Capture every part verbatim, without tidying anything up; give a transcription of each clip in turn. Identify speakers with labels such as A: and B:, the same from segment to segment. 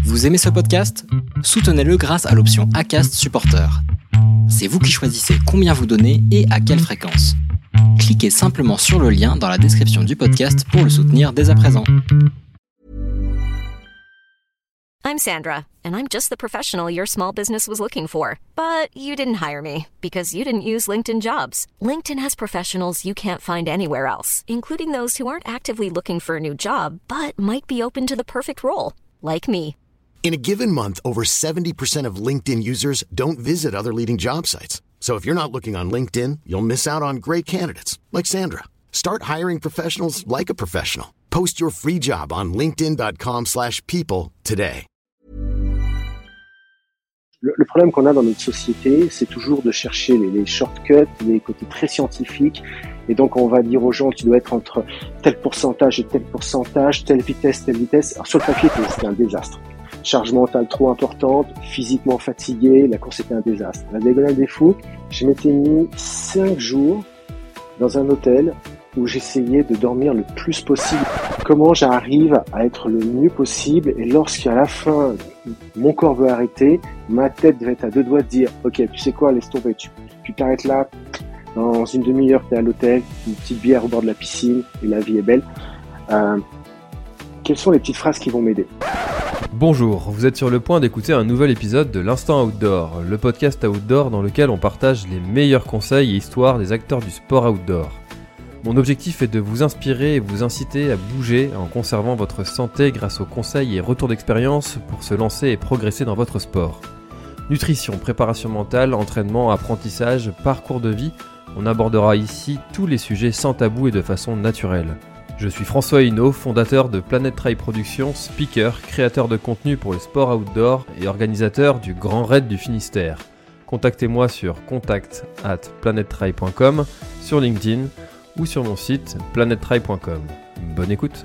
A: Vous aimez ce podcast ? Soutenez-le grâce à l'option Acast Supporter. C'est vous qui choisissez combien vous donnez et à quelle fréquence. Cliquez simplement sur le lien dans la description du podcast pour le soutenir dès à présent.
B: I'm Sandra, and I'm just the professional your small business was looking for. But you didn't hire me because you didn't use LinkedIn Jobs. LinkedIn has professionals you can't find anywhere else, including those who aren't actively looking for a new job, but might be open to the perfect role, like me.
C: In a given month, over seventy percent of LinkedIn users don't visit other leading job sites. So if you're not looking on LinkedIn, you'll miss out on great candidates like Sandra. Start hiring professionals like a professional. Post your free job on linkedin.com slash people today.
D: Le, le problème qu'on a dans notre société, c'est toujours de chercher les, les shortcuts, les côtés très scientifiques. Et donc, on va dire aux gens, tu dois être entre tel pourcentage et tel pourcentage, telle vitesse, telle vitesse. Alors, sur le papier, c'était un désastre. Charge mentale trop importante, physiquement fatigué, la course était un désastre. La diagonale des fous, je m'étais mis cinq jours dans un hôtel où j'essayais de dormir le plus possible. Comment j'arrive à être le mieux possible, et lorsqu'à la fin, mon corps veut arrêter, ma tête va être à deux doigts de dire « Ok, tu sais quoi, laisse tomber, tu, tu t'arrêtes là, dans une demi-heure, t'es à l'hôtel, une petite bière au bord de la piscine, et la vie est belle. Euh, » Quelles sont les petites phrases qui vont m'aider ?
E: Bonjour, vous êtes sur le point d'écouter un nouvel épisode de l'Instant Outdoor, le podcast outdoor dans lequel on partage les meilleurs conseils et histoires des acteurs du sport outdoor. Mon objectif est de vous inspirer et vous inciter à bouger en conservant votre santé grâce aux conseils et retours d'expérience pour se lancer et progresser dans votre sport. Nutrition, préparation mentale, entraînement, apprentissage, parcours de vie, on abordera ici tous les sujets sans tabou et de façon naturelle. Je suis François Hinault, fondateur de Planet Trail Productions, speaker, créateur de contenu pour le sport outdoor et organisateur du Grand Raid du Finistère. Contactez-moi sur contact arobase planettrail point com, sur LinkedIn ou sur mon site planet trail point com. Bonne écoute.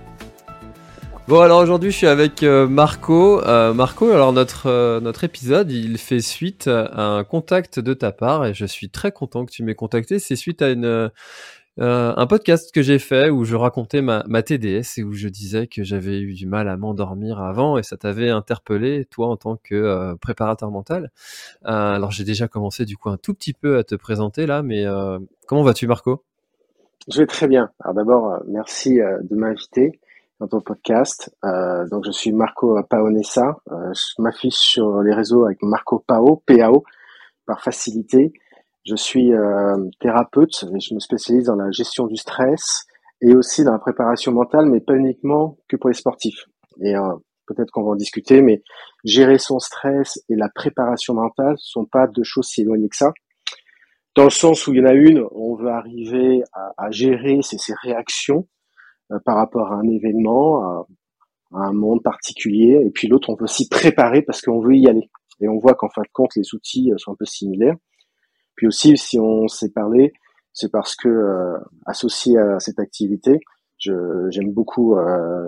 E: Bon, alors aujourd'hui je suis avec euh, Marco. Euh, Marco, alors notre, euh, notre épisode il fait suite à un contact de ta part et je suis très content que tu m'aies contacté. C'est suite à une... Euh, un podcast que j'ai fait où je racontais ma, ma T D S et où je disais que j'avais eu du mal à m'endormir avant et ça t'avait interpellé, toi en tant que euh, préparateur mental. Euh, alors j'ai déjà commencé du coup un tout petit peu à te présenter là, mais euh, comment vas-tu Marco ?
D: Je vais très bien. Alors d'abord, euh, merci euh, de m'inviter dans ton podcast. Euh, donc je suis Marco Paonessa. Euh, je m'affiche sur les réseaux avec Marco Pao, P A O, par facilité. Je suis euh, thérapeute et je me spécialise dans la gestion du stress et aussi dans la préparation mentale, mais pas uniquement que pour les sportifs. Et euh, peut-être qu'on va en discuter, mais gérer son stress et la préparation mentale ne sont pas deux choses si éloignées que ça. Dans le sens où il y en a une, on veut arriver à, à gérer ses, ses réactions euh, par rapport à un événement, à, à un monde particulier, et puis l'autre, on veut s'y préparer parce qu'on veut y aller. Et on voit qu'en fin de compte, les outils sont un peu similaires. Puis aussi, si on s'est parlé, c'est parce que euh, associé à cette activité, je, j'aime beaucoup euh,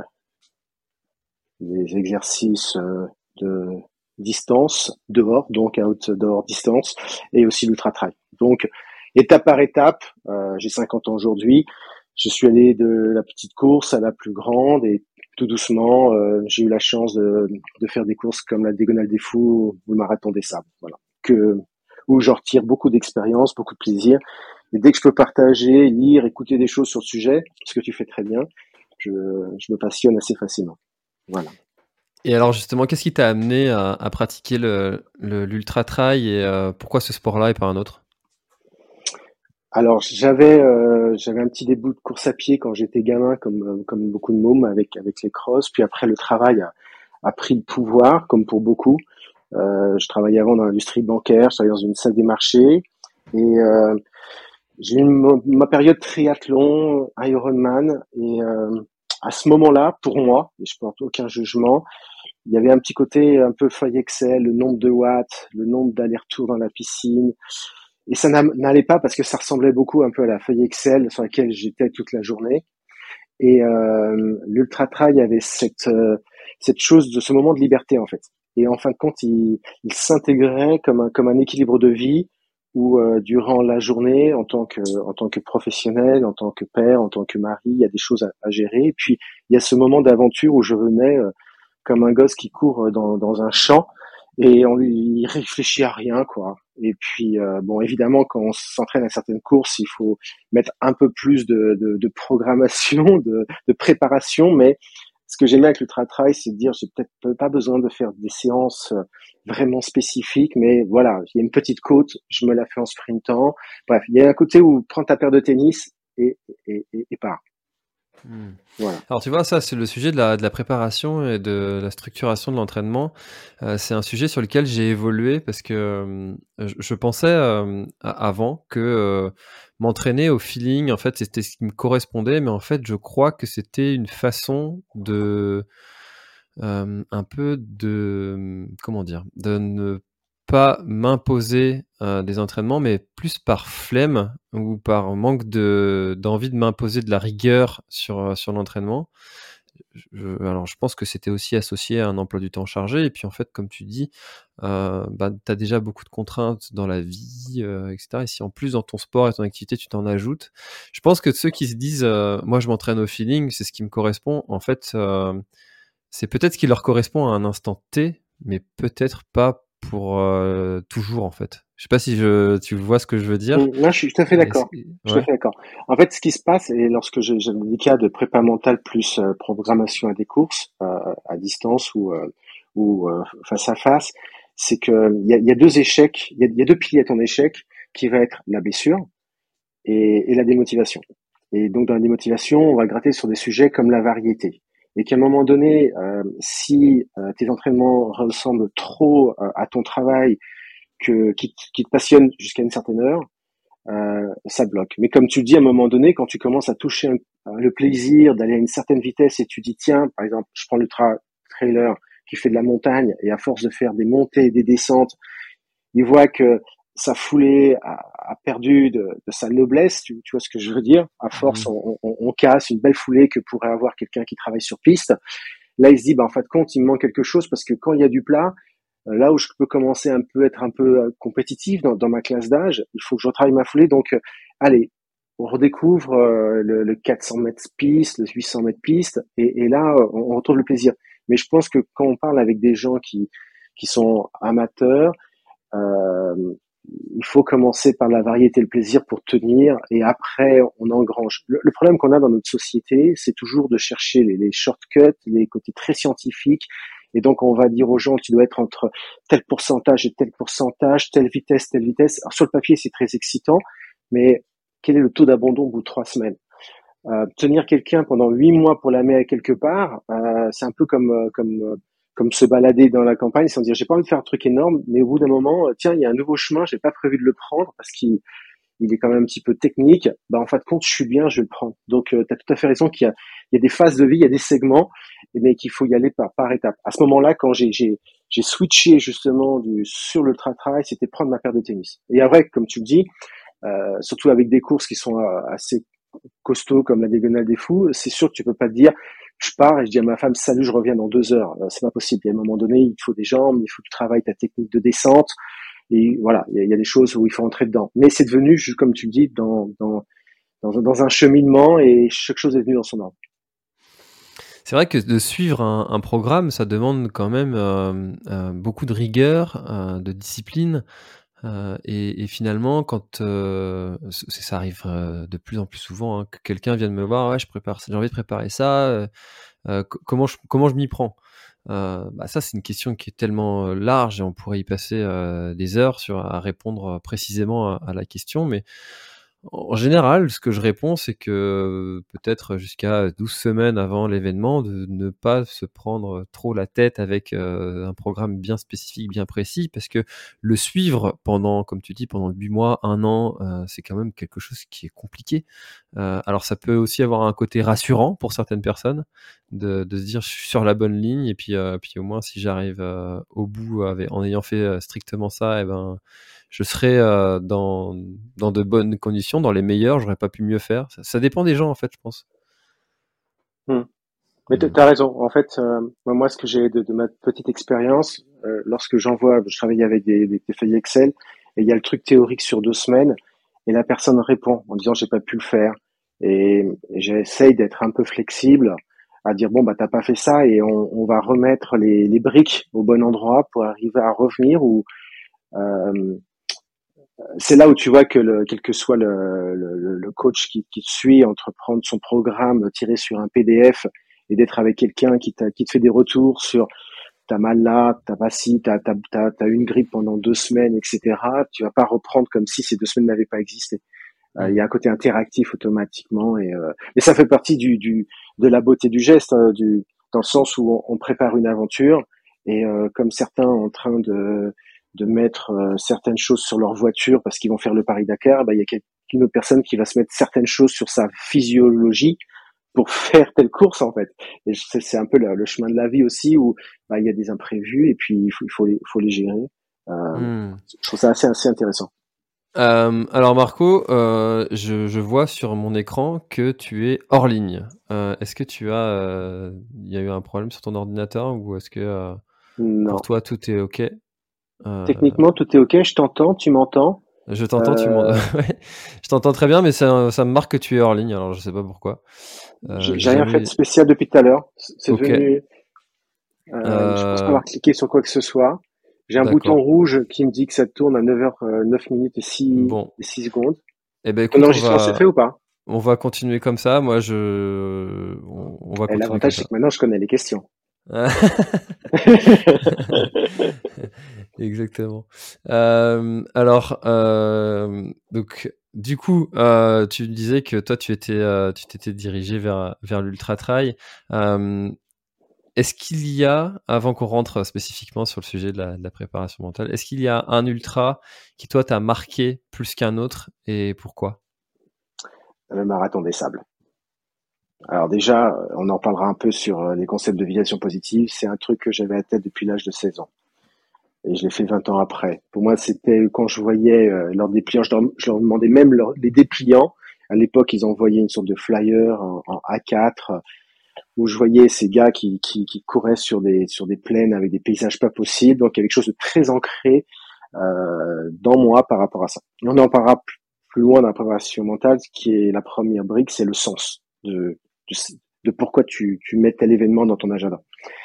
D: les exercices euh, de distance dehors, donc outdoor distance, et aussi l'ultra-trail. Donc, étape par étape, euh, j'ai cinquante ans aujourd'hui, je suis allé de la petite course à la plus grande, et tout doucement, euh, j'ai eu la chance de, de faire des courses comme la Diagonale des Fous ou le Marathon des Sables, voilà, que où je retire beaucoup d'expérience, beaucoup de plaisir. Et dès que je peux partager, lire, écouter des choses sur le sujet, ce que tu fais très bien, je, je me passionne assez facilement. Voilà.
E: Et alors justement, qu'est-ce qui t'a amené à, à pratiquer le, le, l'ultra-trail et euh, pourquoi ce sport-là et pas un autre ?
D: Alors, j'avais euh, j'avais un petit début de course à pied quand j'étais gamin, comme comme beaucoup de mômes avec avec les crosses. Puis après, le travail a, a pris le pouvoir, comme pour beaucoup. Euh, je travaillais avant dans l'industrie bancaire, je travaillais dans une salle des marchés et euh, j'ai eu ma, ma période triathlon, Ironman et euh, à ce moment-là, pour moi, et je porte aucun jugement, il y avait un petit côté un peu feuille Excel, le nombre de watts, le nombre d'allers-retours dans la piscine et ça n'allait pas parce que ça ressemblait beaucoup un peu à la feuille Excel sur laquelle j'étais toute la journée et euh, l'ultra-trail avait cette, euh, cette chose de ce moment de liberté en fait. Et en fin de compte, il, il s'intégrait comme un, comme un équilibre de vie où euh, durant la journée, en tant que en tant que professionnel, en tant que père, en tant que mari, il y a des choses à, à gérer. Et puis il y a ce moment d'aventure où je venais euh, comme un gosse qui court dans, dans un champ et on lui il réfléchit à rien, quoi. Et puis, euh, bon, évidemment, quand on s'entraîne à certaines courses, il faut mettre un peu plus de, de, de programmation, de, de préparation. Mais ce que j'aime avec le tra-trail, c'est de dire, j'ai peut-être pas besoin de faire des séances vraiment spécifiques, mais voilà, il y a une petite côte, je me la fais en sprintant. Bref, il y a un côté où prends ta paire de tennis et, et, et, et pars.
E: Mmh.
D: Voilà.
E: Alors tu vois, ça c'est le sujet de la, de la préparation et de la structuration de l'entraînement. Euh, c'est un sujet sur lequel j'ai évolué parce que euh, je, je pensais euh, avant que euh, m'entraîner au feeling, en fait, c'était ce qui me correspondait, mais en fait, je crois que c'était une façon de euh, un peu de comment dire, de ne pas m'imposer euh, des entraînements, mais plus par flemme ou par manque de d'envie de m'imposer de la rigueur sur sur l'entraînement. Je, alors je pense que c'était aussi associé à un emploi du temps chargé et puis en fait comme tu dis, euh, bah, tu as déjà beaucoup de contraintes dans la vie, euh, et cetera. Et si en plus dans ton sport et ton activité tu t'en ajoutes, je pense que ceux qui se disent euh, moi je m'entraîne au feeling, c'est ce qui me correspond, en fait euh, c'est peut-être ce qui leur correspond à un instant T, mais peut-être pas pour euh, toujours en fait. Je sais pas si je, tu vois ce que je veux dire.
D: Mmh, là, je suis tout à fait d'accord. Je suis tout à
E: Ouais.
D: fait d'accord. En fait, ce qui se passe, et lorsque j'ai, j'ai des cas de prépa mentale plus euh, programmation à des courses euh, à distance ou euh, ou euh, face à face, c'est que il y a, y a deux échecs, il y a, y a deux piliers à ton échec, qui va être la blessure et, et la démotivation. Et donc dans la démotivation, on va gratter sur des sujets comme la variété. Et qu'à un moment donné, euh, si euh, tes entraînements ressemblent trop euh, à ton travail, que qui, qui te passionne jusqu'à une certaine heure, euh, ça bloque. Mais comme tu le dis, à un moment donné, quand tu commences à toucher un, le plaisir d'aller à une certaine vitesse et tu dis tiens, par exemple, je prends le tra- trailer qui fait de la montagne et à force de faire des montées et des descentes, il voit que sa foulée a, a perdu de, de sa noblesse, tu, tu vois ce que je veux dire. À force,
E: Mmh.
D: on, on, on casse une belle foulée que pourrait avoir quelqu'un qui travaille sur piste. Là, il se dit, bah, en fin de compte, il me manque quelque chose parce que quand il y a du plat, là où je peux commencer un peu être un peu compétitif dans, dans ma classe d'âge, il faut que je retravaille ma foulée. Donc, euh, allez, on redécouvre euh, le, le quatre cents mètres piste, le huit cents mètres piste, et, et là, on, on retrouve le plaisir. Mais je pense que quand on parle avec des gens qui qui sont amateurs, euh, il faut commencer par la variété et le plaisir pour tenir, et après on engrange. Le, le problème qu'on a dans notre société, c'est toujours de chercher les, les shortcuts, les côtés très scientifiques, et donc on va dire aux gens tu dois être entre tel pourcentage et tel pourcentage, telle vitesse, telle vitesse. Alors sur le papier c'est très excitant, mais quel est le taux d'abandon au bout de trois semaines? Euh, tenir quelqu'un pendant huit mois pour l'amener à quelque part, euh, c'est un peu comme euh, comme euh, comme se balader dans la campagne sans dire j'ai pas envie de faire un truc énorme, mais au bout d'un moment, euh, tiens, il y a un nouveau chemin, j'ai pas prévu de le prendre parce qu'il il est quand même un petit peu technique. Bah en fin de compte, je suis bien, je vais le prendre. Donc euh, tu as tout à fait raison qu'il y a il y a des phases de vie, il y a des segments, mais qu'il faut y aller par par étapes. À ce moment-là, quand j'ai j'ai j'ai switché justement du sur le tra-trail, c'était prendre ma paire de tennis. Et après, comme tu le dis, euh, surtout avec des courses qui sont euh, assez costauds comme la Diagonale des Fous, c'est sûr que tu peux pas te dire je pars et je dis à ma femme salut, je reviens dans deux heures. Euh, c'est pas possible. Il y a un moment donné, il te faut des jambes, il faut que tu travailles ta technique de descente. Et voilà, il y a, il y a des choses où il faut entrer dedans. Mais c'est devenu, comme tu le dis, dans, dans, dans, dans un cheminement et chaque chose est venue dans son ordre.
E: C'est vrai que de suivre un, un programme, ça demande quand même euh, euh, beaucoup de rigueur, euh, de discipline. Euh, et, et finalement, quand euh, c- ça arrive euh, de plus en plus souvent, hein, que quelqu'un vienne me voir, ouais, je prépare, j'ai envie de préparer ça. euh, euh, co- comment je comment je m'y prends? Euh, bah ça, c'est une question qui est tellement euh, large et on pourrait y passer euh, des heures sur à répondre euh, précisément à, à la question. Mais en général, ce que je réponds, c'est que peut-être jusqu'à douze semaines avant l'événement, de ne pas se prendre trop la tête avec euh, un programme bien spécifique, bien précis, parce que le suivre pendant, comme tu dis, pendant huit mois, un an, euh, c'est quand même quelque chose qui est compliqué. Euh, alors ça peut aussi avoir un côté rassurant pour certaines personnes, de, de se dire je suis sur la bonne ligne, et puis, euh, puis au moins si j'arrive euh, au bout avec, en ayant fait euh, strictement ça, et ben je serai euh, dans, dans de bonnes conditions, dans les meilleures, j'aurais pas pu mieux faire. Ça, ça dépend des gens, en fait, je pense.
D: Hmm. Mais
E: Mm.
D: tu as raison. En fait, euh, moi, ce que j'ai de, de ma petite expérience, euh, lorsque j'envoie, je travaille avec des, des, des feuilles Excel, et il y a le truc théorique sur deux semaines, et la personne répond en disant j'ai pas pu le faire, et, et j'essaye d'être un peu flexible. à dire bon bah t'as pas fait ça et on, on va remettre les, les briques au bon endroit pour arriver à revenir. Ou euh, c'est là où tu vois que le, quel que soit le, le, le coach qui, qui te suit, entre prendre son programme tiré sur un P D F et d'être avec quelqu'un qui, t'a, qui te fait des retours sur t'as mal là, t'as pas ci, t'as, t'as, t'as, t'as une grippe pendant deux semaines, et cetera. Tu vas pas reprendre comme si ces deux semaines n'avaient pas existé. Il euh, y a un côté interactif automatiquement, et, euh, et ça fait partie du, du de la beauté du geste, hein, du dans le sens où on, on prépare une aventure et euh, comme certains en train de de mettre euh, certaines choses sur leur voiture parce qu'ils vont faire le Paris-Dakar, bah il y a une autre personne qui va se mettre certaines choses sur sa physiologie pour faire telle course en fait. Et c'est, c'est un peu le, le chemin de la vie aussi où bah il y a des imprévus et puis il faut il faut les, il faut les gérer. Euh, hmm. Je trouve ça assez assez intéressant.
E: Euh, alors Marco, euh, je, je vois sur mon écran que tu es hors ligne. Euh, est-ce que tu as, il euh, y a eu un problème sur ton ordinateur ou est-ce que euh, pour toi tout est ok?
D: euh... Techniquement tout est ok. Je t'entends, tu m'entends?
E: Je t'entends, euh... tu m'entends. Je t'entends très bien, mais ça, ça me marque que tu es hors ligne. Alors je sais pas pourquoi.
D: Euh, j'ai, j'ai rien jamais... fait de spécial depuis tout à l'heure. C'est okay. devenu. Euh, euh... Je pense pas avoir cliqué sur quoi que ce soit. J'ai un D'accord. bouton rouge qui me dit que ça tourne à neuf heures neuf minutes et six, bon. et six secondes.
E: Eh ben, écoute,
D: l'enregistrement va... c'est fait ou pas?
E: On va continuer comme ça. Moi, je, on, on va
D: et
E: continuer.
D: L'avantage, c'est que maintenant, je connais les questions.
E: Exactement. Euh, alors, euh, donc, du coup, euh, tu disais que toi, tu étais, euh, tu t'étais dirigé vers vers l'ultra trail. Euh, Est-ce qu'il y a, avant qu'on rentre spécifiquement sur le sujet de la, de la préparation mentale, est-ce qu'il y a un ultra qui, toi, t'a marqué plus qu'un autre et pourquoi?
D: Le marathon des sables. Alors déjà, on en parlera un peu sur les concepts de visualisation positive. C'est un truc que j'avais à tête depuis l'âge de seize ans. Et je l'ai fait vingt ans après. Pour moi, c'était quand je voyais euh, leurs dépliants, je leur, je leur demandais même leur, les dépliants. À l'époque, ils envoyaient une sorte de flyer en, en A quatre où je voyais ces gars qui, qui, qui couraient sur des sur des plaines avec des paysages pas possibles. Donc, il y a quelque chose de très ancré euh, dans moi par rapport à ça. Et on en parlera plus, plus loin dans la préparation mentale, qui est la première brique, c'est le sens de de, de pourquoi tu, tu mets tel événement dans ton agenda.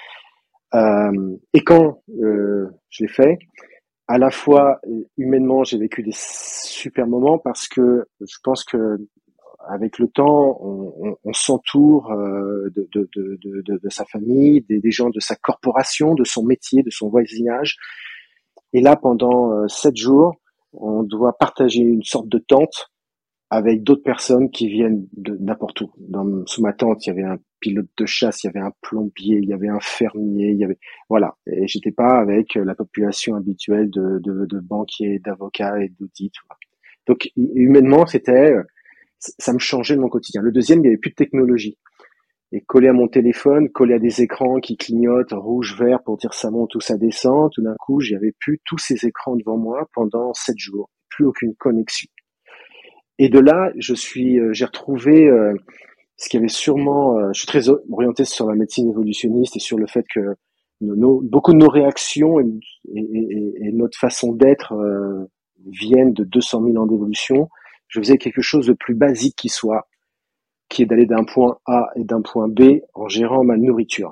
D: Euh, et quand euh, je l'ai fait, à la fois humainement, j'ai vécu des super moments parce que je pense que avec le temps, on, on, on s'entoure euh, de, de, de, de, de sa famille, des, des gens de sa corporation, de son métier, de son voisinage. Et là, pendant euh, sept jours, on doit partager une sorte de tente avec d'autres personnes qui viennent de n'importe où. Dans, sous ma tente, il y avait un pilote de chasse, il y avait un plombier, il y avait un fermier, il y avait, voilà. Et j'étais pas avec la population habituelle de, de, de banquiers, d'avocats et d'audits. Voilà. Donc, humainement, c'était, ça me changeait de mon quotidien. Le deuxième, il n'y avait plus de technologie. Et collé à mon téléphone, collé à des écrans qui clignotent rouge, vert pour dire ça monte ou ça descend, tout d'un coup, j'avais plus tous ces écrans devant moi pendant sept jours. Plus aucune connexion. Et de là, je suis, euh, j'ai retrouvé euh, ce qui avait sûrement. Euh, je suis très orienté sur la médecine évolutionniste et sur le fait que nos, nos, beaucoup de nos réactions et, et, et, et notre façon d'être euh, viennent de deux cent mille ans d'évolution. Je faisais quelque chose de plus basique qui soit, qui est d'aller d'un point A et d'un point B en gérant ma nourriture.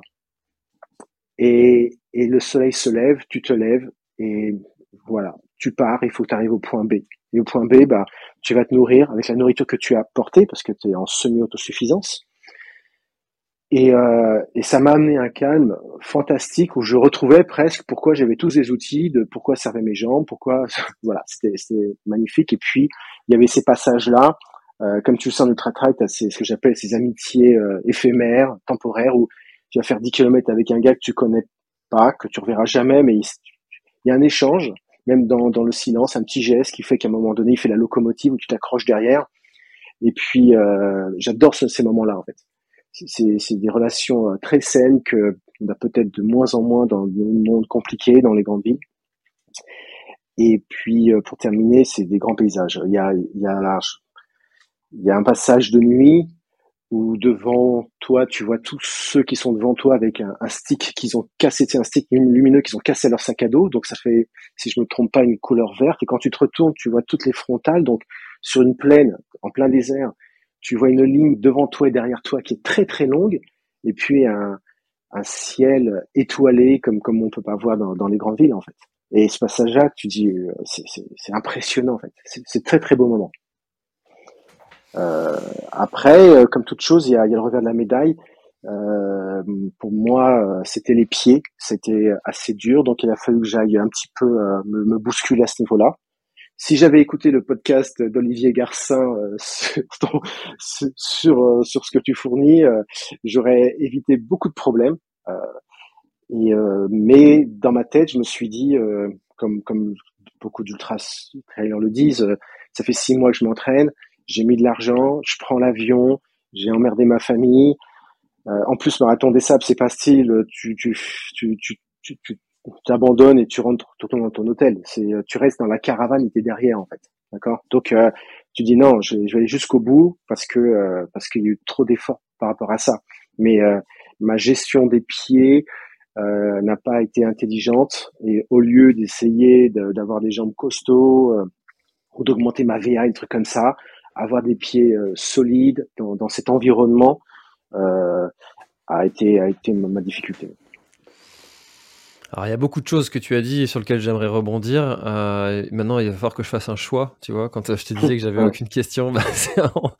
D: Et, et le soleil se lève, tu te lèves et voilà, tu pars. Il faut que tu arrives au point B. Et au point B, bah, tu vas te nourrir avec la nourriture que tu as apportée parce que tu es en semi-autosuffisance. Et, euh, et ça m'a amené un calme fantastique où je retrouvais presque pourquoi j'avais tous ces outils, de pourquoi servaient mes jambes, pourquoi, voilà, c'était, c'était magnifique. Et puis, il y avait ces passages-là, euh, comme tu le sens en ultra-trail, tu as ce que j'appelle ces amitiés euh, éphémères, temporaires, où tu vas faire dix kilomètres avec un gars que tu connais pas, que tu reverras jamais, mais il, il y a un échange. Même dans, dans le silence, un petit geste qui fait qu'à un moment donné, il fait la locomotive où tu t'accroches derrière. Et puis, euh, j'adore ce, ces moments-là, en fait. C'est, c'est des relations euh, très saines que on a peut-être de moins en moins dans le monde compliqué, dans les grandes villes. Et puis, euh, pour terminer, c'est des grands paysages. Il y a, il y a, là, il y a un passage de nuit où devant toi, tu vois tous ceux qui sont devant toi avec un, un stick qu'ils ont cassé, c'est un stick lumineux qu'ils ont cassé leur sac à dos. Donc ça fait, si je me trompe pas, une couleur verte. Et quand tu te retournes, tu vois toutes les frontales. Donc sur une plaine, en plein désert, tu vois une ligne devant toi et derrière toi qui est très très longue. et puis un, un ciel étoilé comme comme on peut pas voir dans, dans les grandes villes en fait. Et ce passage-là, tu dis, euh, c'est, c'est, c'est impressionnant en fait. C'est, c'est très très beau moment. Euh, après, euh, comme toute chose, il y a, il y a le revers de la médaille. Euh, pour moi, euh, c'était les pieds, c'était assez dur, donc il a fallu que j'aille un petit peu euh, me, me bousculer à ce niveau-là. Si j'avais écouté le podcast d'Olivier Garcin euh, sur, ton, sur, euh, sur ce que tu fournis, euh, j'aurais évité beaucoup de problèmes. Euh, et, euh, mais dans ma tête, je me suis dit, euh, comme, comme beaucoup d'ultra-trailers le disent, euh, ça fait six mois que je m'entraîne, j'ai mis de l'argent, je prends l'avion, j'ai emmerdé ma famille. Euh, en plus, marathon des sables, c'est pas style, tu, tu, tu, tu, tu, tu t'abandonnes et tu rentres tout dans ton hôtel. C'est, tu restes dans la caravane et t'es derrière, en fait. D'accord? Donc, euh, tu dis non, je, je vais aller jusqu'au bout parce que, euh, parce qu'il y a eu trop d'efforts par rapport à ça. Mais, euh, ma gestion des pieds, euh, n'a pas été intelligente et au lieu d'essayer de, d'avoir des jambes costauds, euh, ou d'augmenter ma V A, un truc comme ça, avoir des pieds euh, solides dans, dans cet environnement, euh, a été a été ma, ma difficulté.
E: Alors il y a beaucoup de choses que tu as dit et sur lesquelles j'aimerais rebondir. Euh, maintenant il va falloir que je fasse un choix, tu vois. Quand je te disais que j'avais
D: Ouais.
E: aucune question, bah, c'est vraiment...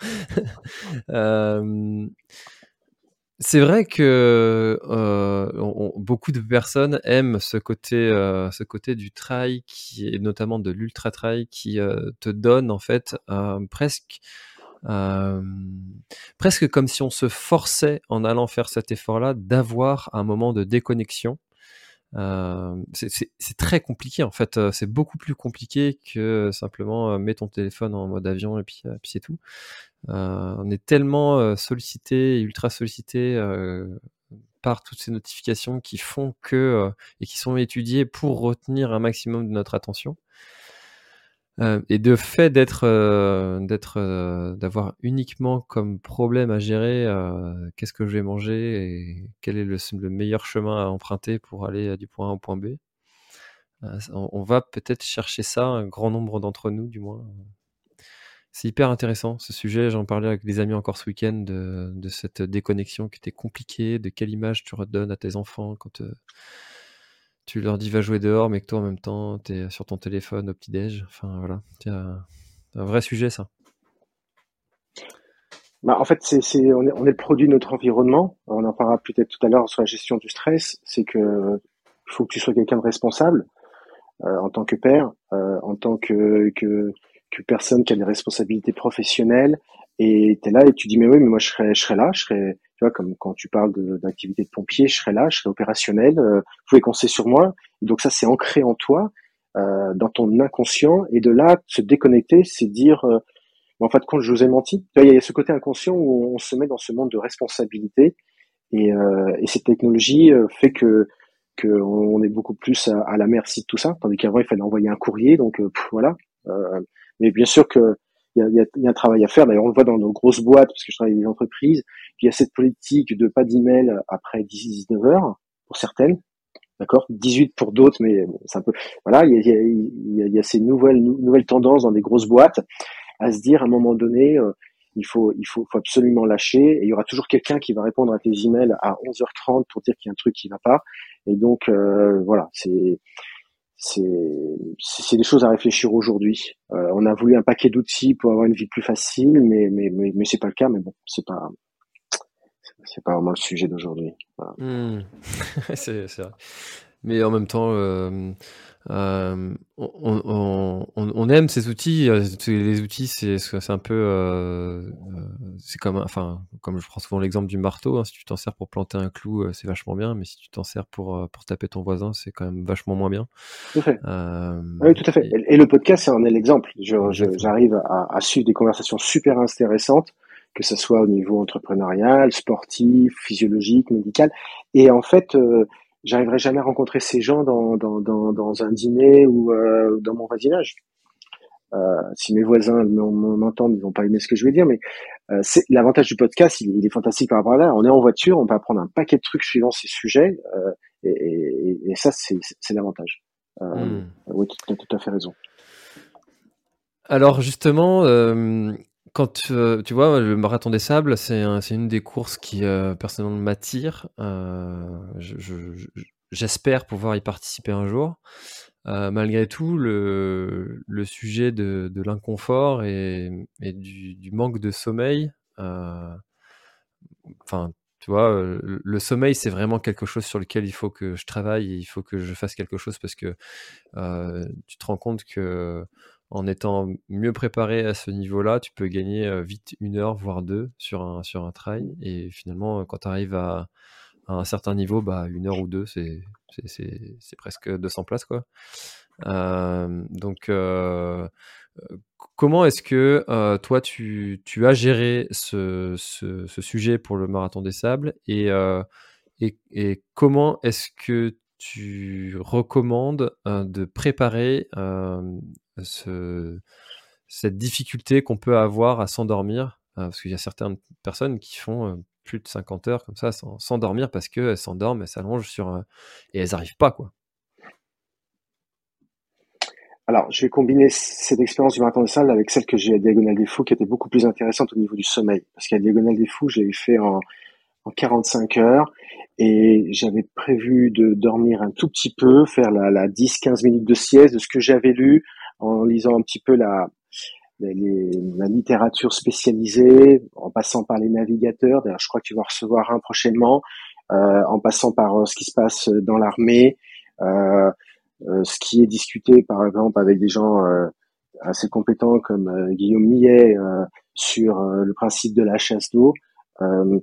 E: euh, c'est vrai que euh, on, beaucoup de personnes aiment ce côté, euh, ce côté du trail, qui est notamment de l'ultra trail, qui euh, te donne en fait euh, presque, euh, presque comme si on se forçait en allant faire cet effort-là d'avoir un moment de déconnexion. Euh, c'est, c'est, c'est très compliqué en fait. Euh, c'est beaucoup plus compliqué que simplement euh, mets ton téléphone en mode avion et puis, euh, puis c'est tout. Euh, on est tellement euh, sollicité, ultra sollicité euh, par toutes ces notifications qui font que euh, et qui sont étudiées pour retenir un maximum de notre attention. Euh, et de fait d'être, euh, d'être, euh, d'avoir uniquement comme problème à gérer euh, qu'est-ce que je vais manger et quel est le, le meilleur chemin à emprunter pour aller du point A au point B. Euh, on, on va peut-être chercher ça, un grand nombre d'entre nous du moins. C'est hyper intéressant ce sujet, j'en parlais avec des amis encore ce week-end de, de cette déconnexion qui était compliquée, de quelle image tu redonnes à tes enfants quand euh, tu leur dis va jouer dehors mais que toi en même temps t'es sur ton téléphone au petit-déj. Enfin voilà, c'est un, un vrai sujet ça.
D: Bah, en fait, c'est, c'est, on est, on est le produit de notre environnement. On en parlera peut-être tout à l'heure sur la gestion du stress. C'est que il faut que tu sois quelqu'un de responsable euh, en tant que père, euh, en tant que, que que personne qui a des responsabilités professionnelles. Et t'es là et tu dis mais oui, mais moi je serais, je serais là, je serais, tu vois, comme quand tu parles de, d'activité de pompier, je serais là, je serais opérationnel. Euh, vous pouvez compter sur moi. Et donc ça, c'est ancré en toi, euh, dans ton inconscient. Et de là, se déconnecter, c'est dire euh, en fait, quand je vous ai menti, il y a ce côté inconscient où on se met dans ce monde de responsabilité et, euh, et cette technologie euh, fait que qu'on est beaucoup plus à, à la merci de tout ça, tandis qu'avant il fallait envoyer un courrier, donc euh, pff, voilà. Euh, mais bien sûr que il y a, y, a, y a un travail à faire. D'ailleurs, on le voit dans nos grosses boîtes parce que je travaille avec des entreprises. Il y a cette politique de pas d'email après dix-neuf heures pour certaines. D'accord, dix-huit pour d'autres, mais bon, c'est un peu voilà. Il y a, il y a, il y a ces nouvelles nouvelles tendances dans des grosses boîtes à se dire à un moment donné, euh, il faut il faut, faut absolument lâcher et il y aura toujours quelqu'un qui va répondre à tes emails à onze heures trente pour dire qu'il y a un truc qui va pas. Et donc euh, voilà, c'est c'est c'est des choses à réfléchir aujourd'hui. Euh, on a voulu un paquet d'outils pour avoir une vie plus facile, mais mais mais, mais c'est pas le cas. Mais bon, c'est pas c'est pas vraiment le sujet d'aujourd'hui. Voilà.
E: Mmh. c'est, c'est vrai. Mais en même temps, euh, euh, on, on, on, on aime ces outils. Les outils, c'est, c'est un peu, euh, c'est comme, enfin, comme je prends souvent l'exemple du marteau. Hein, si tu t'en sers pour planter un clou, c'est vachement bien. Mais si tu t'en sers pour pour taper ton voisin, c'est quand même vachement moins bien.
D: Tout à fait.
E: Euh,
D: oui, tout à fait. Et, et le podcast, c'est un l'exemple. Je, je,
E: Exactement.
D: j'arrive à, à suivre des conversations super intéressantes, que ce soit au niveau entrepreneurial, sportif, physiologique, médical. Et en fait, euh, j'arriverai jamais à rencontrer ces gens dans, dans, dans, dans un dîner ou euh, dans mon voisinage. Euh, si mes voisins m'entendent, ils vont pas aimer ce que je vais dire, mais euh, c'est l'avantage du podcast, il, il est fantastique par rapport à là. On est en voiture, on peut apprendre un paquet de trucs suivant ces sujets, euh, et, et, et ça, c'est, c'est l'avantage. Euh,
E: mmh.
D: Oui, tu as tout à fait raison.
E: Alors justement, euh, Quand euh, tu vois, le marathon des sables, c'est un- c'est une des courses qui euh, personnellement m'attire. Euh, je- je- je- j'espère pouvoir y participer un jour. Euh, malgré tout, le, le sujet de, de l'inconfort et, et du, du manque de sommeil, euh, enfin, tu vois, euh, le, le sommeil, c'est vraiment quelque chose sur lequel il faut que je travaille et il faut que je fasse quelque chose parce que euh, tu te rends compte que en étant mieux préparé à ce niveau-là, tu peux gagner euh, vite une heure, voire deux sur un, sur un trail. Et finalement, euh, quand tu arrives à, à un certain niveau, bah, une heure ou deux, c'est, c'est, c'est, c'est presque deux cents places, quoi. Euh, donc, euh, euh, comment est-ce que euh, toi, tu, tu as géré ce, ce, ce sujet pour le Marathon des Sables et, euh, et, et comment est-ce que tu recommandes euh, de préparer euh, ce, cette difficulté qu'on peut avoir à s'endormir euh, parce qu'il y a certaines personnes qui font euh, plus de cinquante heures comme ça sans, sans dormir parce qu'elles s'endorment, elles s'allongent sur un- et elles n'arrivent pas, quoi.
D: Alors, je vais combiner cette expérience du marathon des sables avec celle que j'ai à Diagonale des Fous, qui était beaucoup plus intéressante au niveau du sommeil. Parce qu'à Diagonale des Fous, j'avais fait en, en quarante-cinq heures et j'avais prévu de dormir un tout petit peu, faire la, la dix quinze minutes de sieste de ce que j'avais lu en lisant un petit peu la, les- les- la littérature spécialisée, en passant par les navigateurs. D'ailleurs, je crois que tu vas en recevoir un prochainement, euh, en passant par euh, ce qui se passe dans l'armée, euh, euh, ce qui est discuté par exemple avec des gens euh, assez compétents comme euh, Guillaume Millet euh, sur euh, le principe de la chasse d'eau. Euh,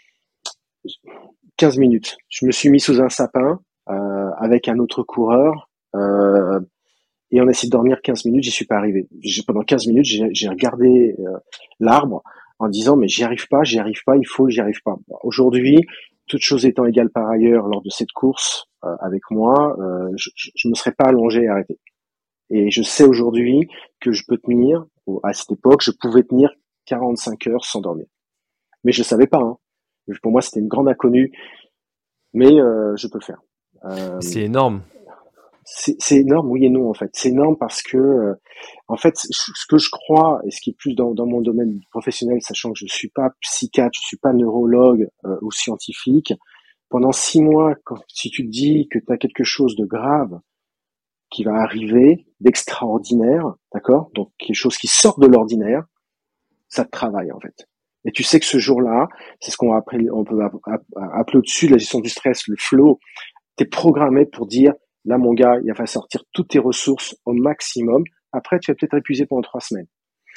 D: quinze minutes. Je me suis mis sous un sapin euh, avec un autre coureur euh, et on a essayé de dormir quinze minutes, j'y suis pas arrivé. J'ai, pendant quinze minutes, j'ai, j'ai regardé euh, l'arbre en disant mais j'y arrive pas, j'y arrive pas, il faut que j'y arrive pas. Bon, aujourd'hui, toutes choses étant égales par ailleurs, lors de cette course euh, avec moi, euh, je, je, je me serais pas allongé et arrêté. Et je sais aujourd'hui que je peux tenir, à cette époque, je pouvais tenir quarante-cinq heures sans dormir. Mais je savais pas. Hein. Pour moi, c'était une grande inconnue, mais euh, je peux le faire. Euh,
E: C'est énorme.
D: c'est, c'est énorme, oui et non en fait. C'est énorme parce que, euh, en fait, ce que je crois, et ce qui est plus dans, dans mon domaine professionnel, sachant que je suis pas psychiatre, je suis pas neurologue euh, ou scientifique, pendant six mois, quand, si tu te dis que tu as quelque chose de grave qui va arriver, d'extraordinaire, d'accord, donc quelque chose qui sort de l'ordinaire, ça te travaille en fait. Et tu sais que ce jour-là, c'est ce qu'on va appeler, on peut appeler au-dessus de la gestion du stress, le flow. T'es programmé pour dire, là mon gars, il va falloir sortir toutes tes ressources au maximum. Après, tu vas peut-être épuiser pendant trois semaines.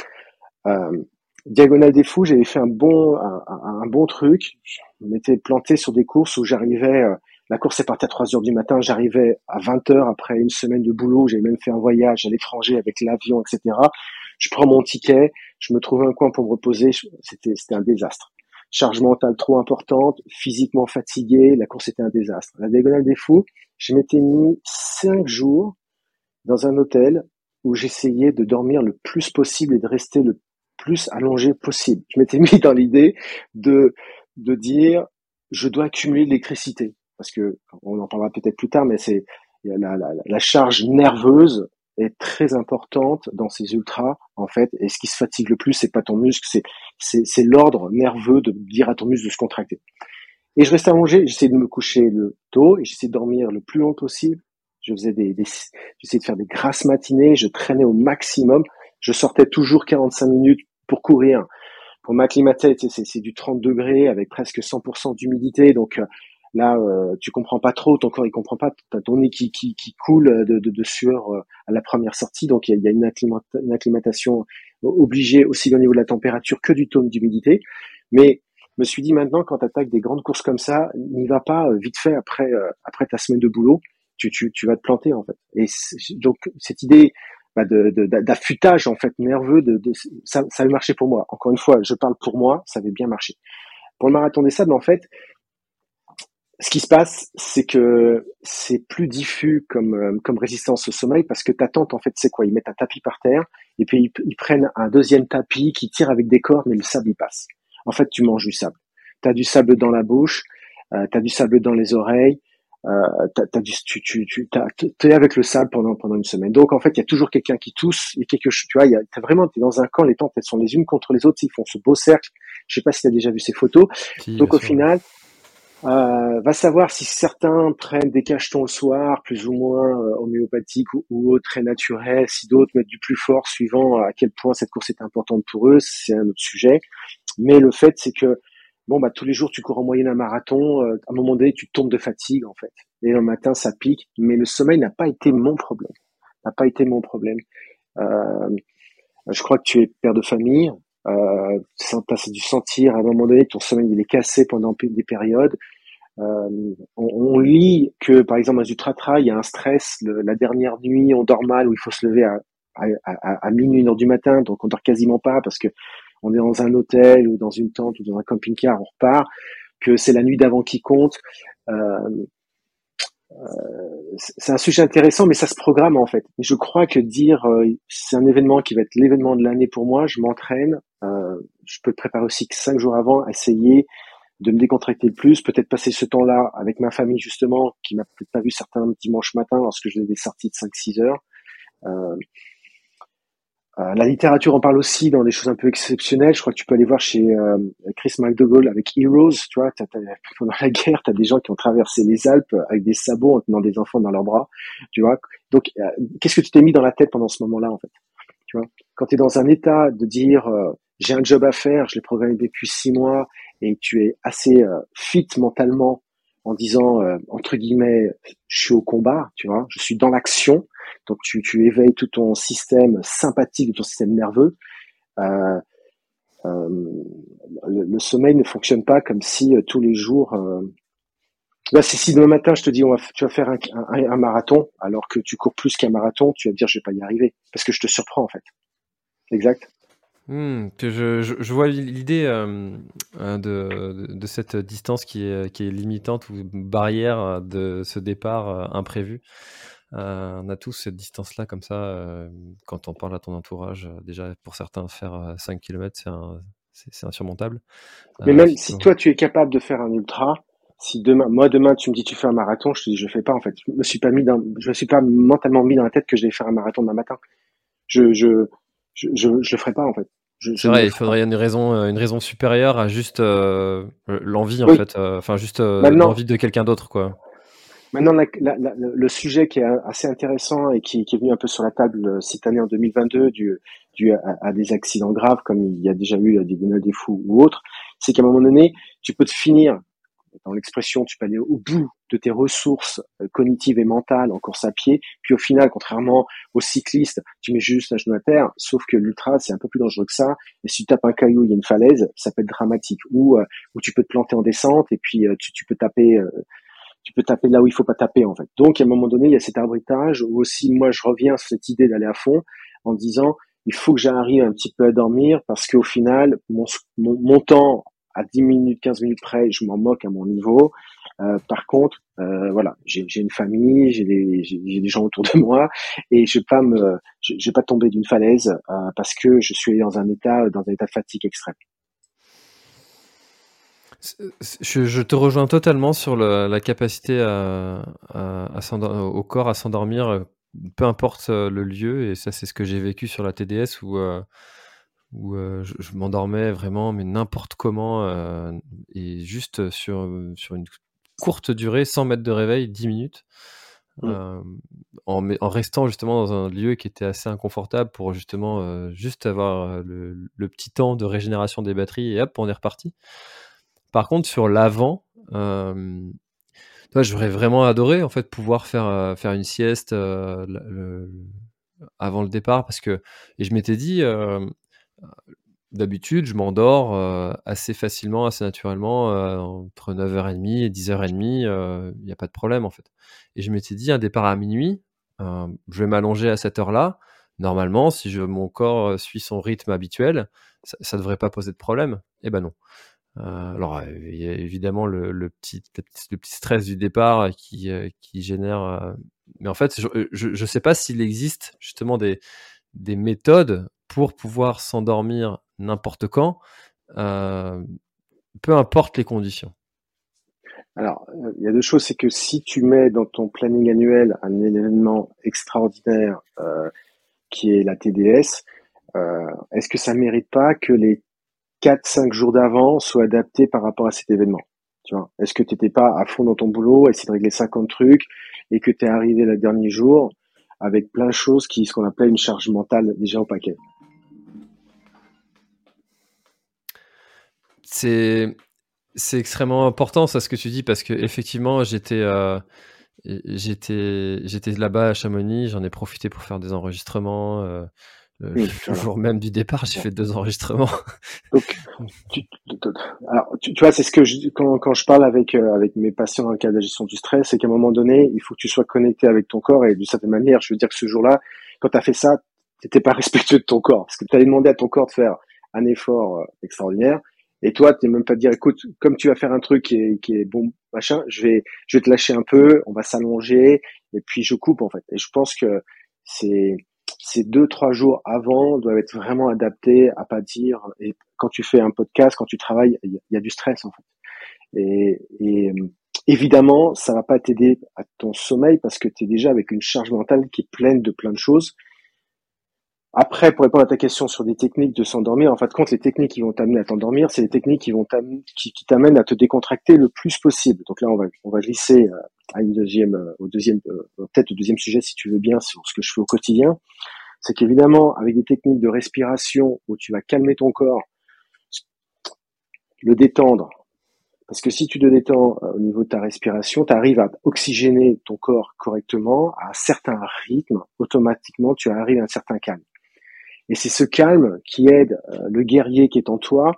D: Euh, Diagonale des Fous, j'avais fait un bon, un, un, un bon truc. Je m'étais planté sur des courses où j'arrivais, euh, la course est partie à trois heures du matin, j'arrivais à vingt heures après une semaine de boulot, j'avais même fait un voyage à l'étranger avec l'avion, et cetera. Je prends mon ticket, je me trouve un coin pour me reposer, c'était, c'était un désastre. Charge mentale trop importante, physiquement fatigué, la course était un désastre. La Diagonale des Fous, je m'étais mis cinq jours dans un hôtel où j'essayais de dormir le plus possible et de rester le plus allongé possible. Je m'étais mis dans l'idée de, de dire, je dois accumuler de l'électricité. Parce que, on en parlera peut-être plus tard, mais c'est, la, la, la charge nerveuse est très importante dans ces ultras, en fait. Et ce qui se fatigue le plus, c'est pas ton muscle, c'est, c'est, c'est l'ordre nerveux de dire à ton muscle de se contracter. Et je restais allongé, j'essayais de me coucher le tôt et j'essayais de dormir le plus long possible. Je faisais des, des j'essayais de faire des grasses matinées, je traînais au maximum. Je sortais toujours quarante-cinq minutes pour courir, pour m'acclimater. C'est, c'est du trente degrés avec presque cent pour cent d'humidité. Donc là, euh, tu comprends pas trop, ton corps il comprend pas. T'as ton nez qui, qui, qui coule de, de, de sueur euh, à la première sortie. Donc il y a, il y a une, acclimata- une acclimatation obligée aussi bien au niveau de la température que du taux d'humidité. Mais je me suis dit maintenant, quand tu attaques des grandes courses comme ça, n'y va pas vite fait après euh, après ta semaine de boulot. Tu, tu, tu vas te planter en fait. Et donc cette idée bah, de, de, d'affûtage en fait nerveux, de, de, ça, ça avait marché pour moi. Encore une fois, je parle pour moi, ça avait bien marché. Pour le marathon des sables, en fait, ce qui se passe, c'est que c'est plus diffus comme euh, comme résistance au sommeil parce que ta tente en fait c'est quoi? Ils mettent un tapis par terre et puis ils, ils prennent un deuxième tapis qui tire avec des cordes mais le sable il passe. En fait, tu manges du sable. T'as du sable dans la bouche, euh, t'as du sable dans les oreilles. euh, t'as, t'as du, tu, tu, tu, t'as, t'es avec le sable pendant pendant une semaine. Donc en fait, il y a toujours quelqu'un qui tousse, et quelque chose. Tu vois, il y a, t'as vraiment, t'es dans un camp, les tentes elles sont les unes contre les autres, ils font ce beau cercle. Je sais pas si t'as déjà vu ces photos.
E: Si,
D: Donc
E: bien
D: au
E: sûr.
D: final, euh, va savoir si certains prennent des cachetons le soir, plus ou moins euh, homéopathiques ou, ou autres très naturels, si d'autres mettent du plus fort, suivant à quel point cette course est importante pour eux, c'est un autre sujet. Mais le fait, c'est que bon, bah tous les jours tu cours en moyenne un marathon, euh, à un moment donné tu tombes de fatigue en fait. Et le matin ça pique, mais le sommeil n'a pas été mon problème, n'a pas été mon problème. Euh, je crois que tu es père de famille. Euh, tu as dû sentir à un moment donné que ton sommeil il est cassé pendant des périodes. Euh, on, on lit que, par exemple, dans les ultra-trail, il y a un stress. Le, la dernière nuit, on dort mal, où il faut se lever à, à, à, à minuit, une heure du matin, donc on dort quasiment pas parce que on est dans un hôtel ou dans une tente ou dans un camping-car, on repart. Que c'est la nuit d'avant qui compte. Euh, euh, c'est un sujet intéressant, mais ça se programme en fait. Et je crois que dire euh, c'est un événement qui va être l'événement de l'année pour moi, je m'entraîne. Euh, je peux le préparer aussi que cinq jours avant, essayer de me décontracter le plus, peut-être passer ce temps-là avec ma famille justement, qui m'a peut-être pas vu certains dimanches matins lorsque je faisais des sorties de cinq six heures. Euh, euh, la littérature en parle aussi dans des choses un peu exceptionnelles. Je crois que tu peux aller voir chez euh, Chris McDougall avec Heroes, tu vois, t'as, t'as, pendant la guerre, tu as des gens qui ont traversé les Alpes avec des sabots en tenant des enfants dans leurs bras, tu vois. Donc, euh, qu'est-ce que tu t'es mis dans la tête pendant ce moment-là, en fait, tu vois? Quand tu es dans un état de dire euh, j'ai un job à faire, je l'ai programmé depuis six mois, et tu es assez euh, fit mentalement en disant euh, entre guillemets je suis au combat, tu vois, je suis dans l'action, donc tu, tu éveilles tout ton système sympathique, ton système nerveux. Euh, euh, le, le sommeil ne fonctionne pas comme si euh, tous les jours. Euh... Là, si, si demain matin je te dis on va, tu vas faire un, un, un marathon, alors que tu cours plus qu'un marathon, tu vas te dire je vais pas y arriver parce que je te surprends en fait. Exact.
E: Mmh, que je, je, je vois l'idée euh, de, de, de cette distance qui est, qui est limitante ou barrière de ce départ euh, imprévu. Euh, on a tous cette distance-là comme ça. Euh, quand on parle à ton entourage, euh, déjà pour certains, faire euh, cinq kilomètres, c'est, un, c'est, c'est insurmontable.
D: Mais
E: Euh,
D: même si
E: effectivement.
D: toi tu es capable de faire un ultra, si demain, moi demain tu me dis tu fais un marathon, je te dis je fais pas en fait. Je me suis pas mis dans, je me suis pas mentalement mis dans la tête que j'allais faire un marathon demain matin. Je, je, je, je, je le ferai pas en fait. Je,
E: C'est
D: je ne
E: vrai,
D: le
E: il
D: ferai pas.
E: faudrait une raison, euh, une raison supérieure à juste euh, l'envie en
D: Oui.
E: fait, euh, enfin juste euh,
D: Maintenant,
E: l'envie de quelqu'un d'autre quoi.
D: maintenant la, la, la, le sujet qui est assez intéressant et qui, qui est venu un peu sur la table cette année en deux mille vingt-deux, dû, dû à, à des accidents graves comme il y a déjà eu des Gonades des Fous ou autres, c'est qu'à un moment donné, tu peux te finir dans l'expression, tu peux aller au bout de tes ressources euh, cognitives et mentales en course à pied, puis au final, contrairement aux cyclistes, tu mets juste un genou à terre, sauf que l'ultra, c'est un peu plus dangereux que ça, et si tu tapes un caillou, il y a une falaise, ça peut être dramatique, ou, euh, ou tu peux te planter en descente, et puis euh, tu, tu peux taper euh, tu peux taper là où il faut pas taper, en fait. Donc, à un moment donné, il y a cet arbitrage, où aussi, moi, je reviens sur cette idée d'aller à fond, en disant, il faut que j'arrive un petit peu à dormir, parce qu'au final, mon, mon, mon temps à dix minutes, quinze minutes près, je m'en moque à mon niveau. Euh, par contre, euh, voilà, j'ai, j'ai une famille, j'ai des, j'ai, j'ai des gens autour de moi, et je vais pas me, je, je vais pas tomber d'une falaise euh, parce que je suis dans un état, dans un état de fatigue extrême.
E: Je, je te rejoins totalement sur le, la capacité à, à, à s'endor- au corps à s'endormir, euh, peu importe euh, le lieu, et ça c'est ce que j'ai vécu sur la T D S où euh, où euh, je, je m'endormais vraiment, mais n'importe comment, euh, et juste sur, sur une courte durée, sans mettre de réveil, dix minutes,
D: Mm.
E: euh, en, me- en restant justement dans un lieu qui était assez inconfortable pour justement euh, juste avoir le, le petit temps de régénération des batteries, et hop, on est reparti. Par contre, sur l'avant, euh, toi, j'aurais vraiment adoré en fait pouvoir faire, euh, faire une sieste euh, le- le- avant le départ, parce que et je m'étais dit, euh, d'habitude, je m'endors euh, assez facilement, assez naturellement, euh, entre neuf heures trente et dix heures trente, il n'y a pas de problème en fait. Et je m'étais dit, un départ à minuit, euh, je vais m'allonger à cette heure-là. Normalement, si je, mon corps euh, suit son rythme habituel, ça ne devrait pas poser de problème. Eh ben non. Euh, alors, euh, il y a évidemment le, le, petit, le, petit, le petit stress du départ qui, euh, qui génère... euh, mais en fait, je ne sais pas s'il existe justement des, des méthodes pour pouvoir s'endormir n'importe quand, euh, peu importe les conditions.
D: Alors, euh, il y a deux choses, c'est que si tu mets dans ton planning annuel un événement extraordinaire euh, qui est la T D S, euh, est-ce que ça mérite pas que les quatre cinq jours d'avant soient adaptés par rapport à cet événement? Tu vois, est-ce que tu n'étais pas à fond dans ton boulot, essayer de régler cinquante trucs, et que tu es arrivé le dernier jour avec plein de choses qui, ce qu'on appelle une charge mentale déjà au paquet?
E: C'est c'est extrêmement important ça ce que tu dis parce que effectivement j'étais euh, j'étais j'étais là-bas à Chamonix, j'en ai profité pour faire des enregistrements. Euh, euh,
D: Mmh,
E: le
D: voilà.
E: jour même du départ, j'ai fait deux enregistrements.
D: Donc, tu, tu- alors, tu, tu vois, c'est ce que je, quand, quand je parle avec euh, avec mes patients dans le cadre de la gestion du stress, c'est qu'à un moment donné, il faut que tu sois connecté avec ton corps et d'une certaine manière, je veux dire que ce jour-là, quand tu as fait ça, t'étais pas respectueux de ton corps parce que tu avais demandé à ton corps de faire un effort euh, extraordinaire et toi, t'es même pas de dire, écoute, comme tu vas faire un truc qui est, qui est bon, machin, je vais je vais te lâcher un peu, on va s'allonger et puis je coupe en fait. Et je pense que c'est ces deux trois jours avant doivent être vraiment adaptés à pas dire. Et quand tu fais un podcast, quand tu travailles, il y a du stress en fait. Et, et évidemment, ça va pas t'aider à ton sommeil parce que tu es déjà avec une charge mentale qui est pleine de plein de choses. Après, pour répondre à ta question sur des techniques de s'endormir, en fin de compte, les techniques qui vont t'amener à t'endormir, c'est les techniques qui vont t'amener, qui, qui t'amènent à te décontracter le plus possible. Donc là, on va, on va glisser à une deuxième, au deuxième, peut-être au deuxième sujet si tu veux bien sur ce que je fais au quotidien. C'est qu'évidemment, avec des techniques de respiration où tu vas calmer ton corps, le détendre, parce que si tu te détends euh, au niveau de ta respiration, tu arrives à oxygéner ton corps correctement, à un certain rythme, automatiquement, tu arrives à un certain calme. Et c'est ce calme qui aide euh, le guerrier qui est en toi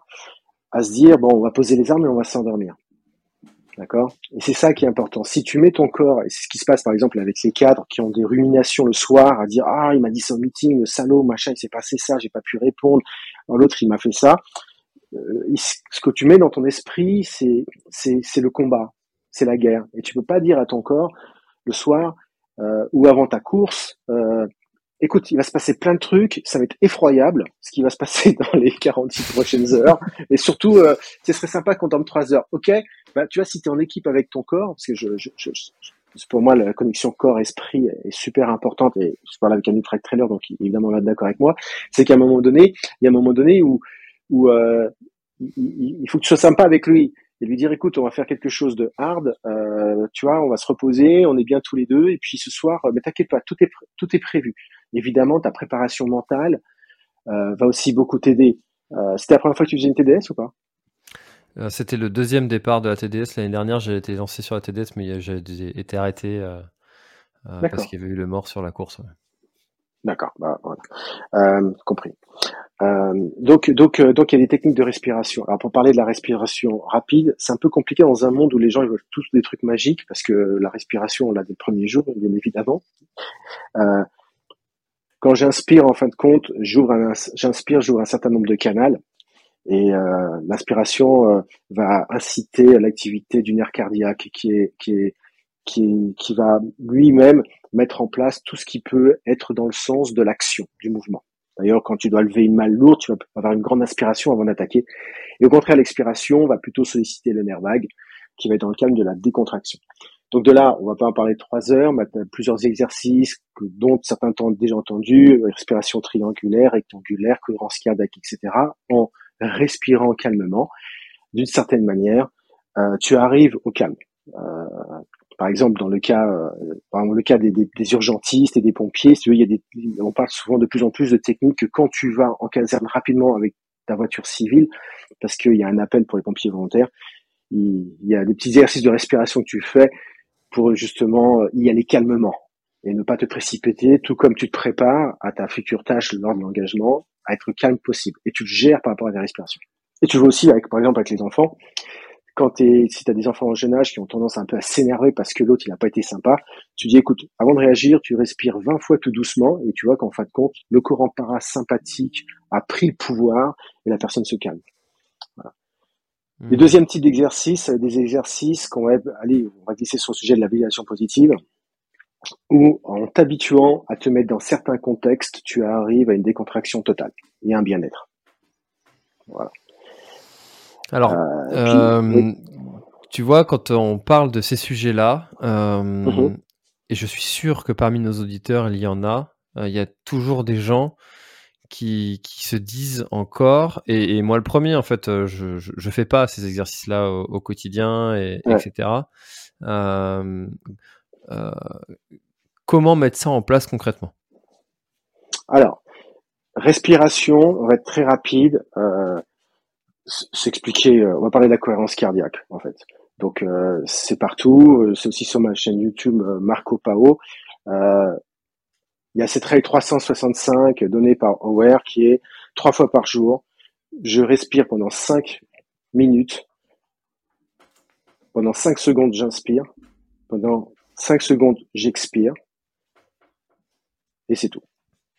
D: à se dire, bon, on va poser les armes et on va s'endormir. D'accord? Et c'est ça qui est important. Si tu mets ton corps, et c'est ce qui se passe par exemple avec les cadres qui ont des ruminations le soir à dire, ah, il m'a dit ça au meeting, le salaud, machin, il s'est passé ça, j'ai pas pu répondre, l'autre il m'a fait ça. Euh, ce que tu mets dans ton esprit, c'est, c'est, c'est le combat, c'est la guerre. Et tu peux pas dire à ton corps le soir euh, ou avant ta course, euh, écoute, il va se passer plein de trucs, ça va être effroyable, ce qui va se passer dans les quarante-six prochaines heures. Et surtout, euh, ce serait sympa qu'on dorme trois heures. Ok, bah, tu vois, si tu es en équipe avec ton corps, parce que je, je, je, je, pour moi, la connexion corps-esprit est super importante, et je parle avec un track trainer, donc évidemment, on va être d'accord avec moi, c'est qu'à un moment donné, il y a un moment donné où, où euh, il, il faut que tu sois sympa avec lui et lui dire, écoute, on va faire quelque chose de hard, euh, tu vois, on va se reposer, on est bien tous les deux, et puis ce soir, mais t'inquiète pas, tout est, tout est prévu. Évidemment, ta préparation mentale euh, va aussi beaucoup t'aider. Euh, c'était la première fois que tu faisais une T D S ou pas?
E: Euh, c'était le deuxième départ de la T D S. L'année dernière, j'ai été lancé sur la T D S, mais j'ai été arrêté euh, euh, parce qu'il y avait eu le mort sur la course. Ouais.
D: D'accord, bah, voilà. Euh, compris. Euh, donc, donc, euh, donc, il y a des techniques de respiration. Alors, pour parler de la respiration rapide, c'est un peu compliqué dans un monde où les gens ils veulent tous des trucs magiques, parce que la respiration, on l'a dès le premier jour, bien évidemment. Euh, quand j'inspire, en fin de compte, j'ouvre un, j'inspire, j'ouvre un certain nombre de canaux, et euh, l'inspiration euh, va inciter l'activité du nerf cardiaque, qui est, qui est, qui, qui va lui-même mettre en place tout ce qui peut être dans le sens de l'action, du mouvement. D'ailleurs, quand tu dois lever une malle lourde, tu vas avoir une grande inspiration avant d'attaquer. Et au contraire, l'expiration va plutôt solliciter le nerf vague, qui va être dans le calme de la décontraction. Donc de là, on va pas en parler trois heures, mais il y a plusieurs exercices que, dont certains ont déjà entendu, respiration triangulaire, rectangulaire, cohérence cardiaque, et cetera. En respirant calmement, d'une certaine manière, euh, tu arrives au calme. Euh, par exemple, dans le cas, euh, par exemple, le cas des, des, des urgentistes et des pompiers, si tu veux, il y a des, on parle souvent de plus en plus de techniques que quand tu vas en caserne rapidement avec ta voiture civile, parce qu'il y a un appel pour les pompiers volontaires, il, il y a des petits exercices de respiration que tu fais pour justement y aller calmement et ne pas te précipiter, tout comme tu te prépares à ta future tâche lors de l'engagement, à être calme possible. Et tu le gères par rapport à ta respiration. Et tu vois aussi, avec, par exemple, avec les enfants, quand t'es, si tu as des enfants en jeune âge qui ont tendance un peu à s'énerver parce que l'autre il n'a pas été sympa, tu dis écoute, avant de réagir, tu respires vingt fois tout doucement et tu vois qu'en fin de compte, le courant parasympathique a pris le pouvoir et la personne se calme. Voilà. Mmh. Le deuxième type d'exercice, des exercices qu'on va aller, on va glisser sur le sujet de la visualisation positive, où en t'habituant à te mettre dans certains contextes, tu arrives à une décontraction totale et un bien-être. Voilà.
E: Alors, euh, puis, euh, oui. tu vois, quand on parle de ces sujets-là, euh,
D: Mhm.
E: et je suis sûr que parmi nos auditeurs, il y en a, euh, il y a toujours des gens qui, qui se disent encore, et, et moi le premier, en fait, euh, je, je, je fais pas ces exercices-là au, au quotidien, et,
D: Ouais.
E: etc. Euh, euh, comment mettre ça en place concrètement?
D: Alors, respiration, on va être très rapide. Euh, s- s'expliquer, euh, on va parler de la cohérence cardiaque, en fait. Donc, euh, c'est partout. euh, C'est aussi sur ma chaîne YouTube, euh, Marco Pao. Euh, il y a cette règle trois cent soixante-cinq donnée par Aware qui est trois fois par jour. Je respire pendant cinq minutes. Pendant cinq secondes, j'inspire. Pendant cinq secondes, j'expire. Et c'est tout.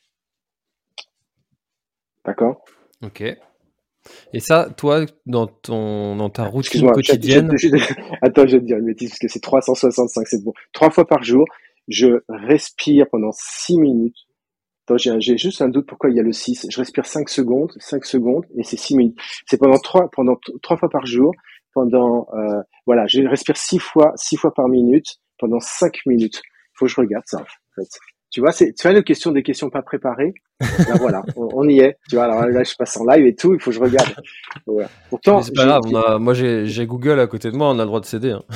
D: D'accord?
E: Ok. Et ça, toi, dans ton, dans ta routine
D: Excuse-moi, je, je,
E: quotidienne,
D: je, attends, je vais te dire une bêtise parce que c'est trois cent soixante-cinq, c'est bon. Trois fois par jour, je respire pendant six minutes. Attends, j'ai, j'ai juste un doute pourquoi il y a le six. Je respire cinq secondes, cinq secondes et c'est six minutes. C'est pendant trois, pendant t- trois fois par jour, pendant, euh, voilà, je respire six fois, six fois par minute pendant cinq minutes. Faut que je regarde ça, en fait. Tu vois, c'est, tu vois, les questions, des questions pas préparées. Ben voilà, on, on y est. Tu vois, alors là, je passe en live et tout, il faut que je regarde. Voilà.
E: mais
D: Pourtant,
E: c'est pas
D: j'ai,
E: grave, on a, moi j'ai, j'ai Google à côté de moi, on a le droit de céder, hein.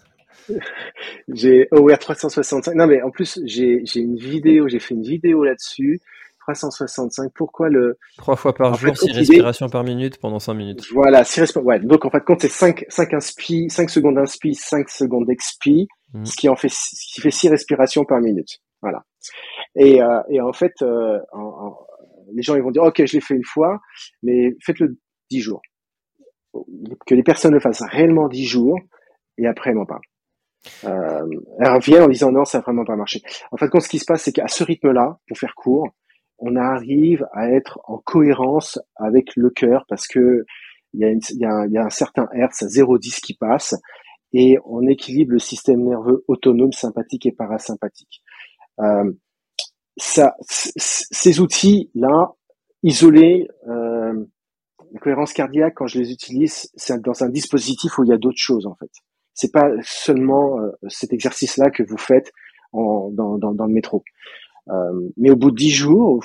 D: J'ai Aware trois cent soixante-cinq. Non, mais en plus, j'ai, j'ai une vidéo, j'ai fait une vidéo là-dessus. trois cent soixante-cinq. Pourquoi le,
E: Trois fois par
D: en fait,
E: jour, six
D: compte l'idée,
E: respirations par minute pendant cinq minutes.
D: voilà, six respi- ouais. Donc, en fait, compte c'est cinq, cinq inspi, cinq secondes inspi, cinq secondes expi,
E: Mm.
D: ce qui en fait, ce qui fait six respirations par minute. Voilà. Et, euh, et en fait, euh, en, en- les gens, ils vont dire, OK, je l'ai fait une fois, mais faites-le dix jours. Que les personnes le fassent réellement dix jours, et après, elles m'en parlent. Euh, elles reviennent en disant non, ça n'a vraiment pas marché. En fait, quand ce qui se passe, c'est qu'à ce rythme-là, pour faire court, on arrive à être en cohérence avec le cœur parce que il y a, une, il y a, un, il y a un certain hertz à zéro virgule dix qui passe et on équilibre le système nerveux autonome, sympathique et parasympathique. Euh, ça, c- c- ces outils-là, isolés, euh, la cohérence cardiaque, quand je les utilise, c'est dans un dispositif où il y a d'autres choses en fait. C'est pas seulement euh, cet exercice-là que vous faites en, dans, dans, dans le métro. Euh, mais au bout de dix jours,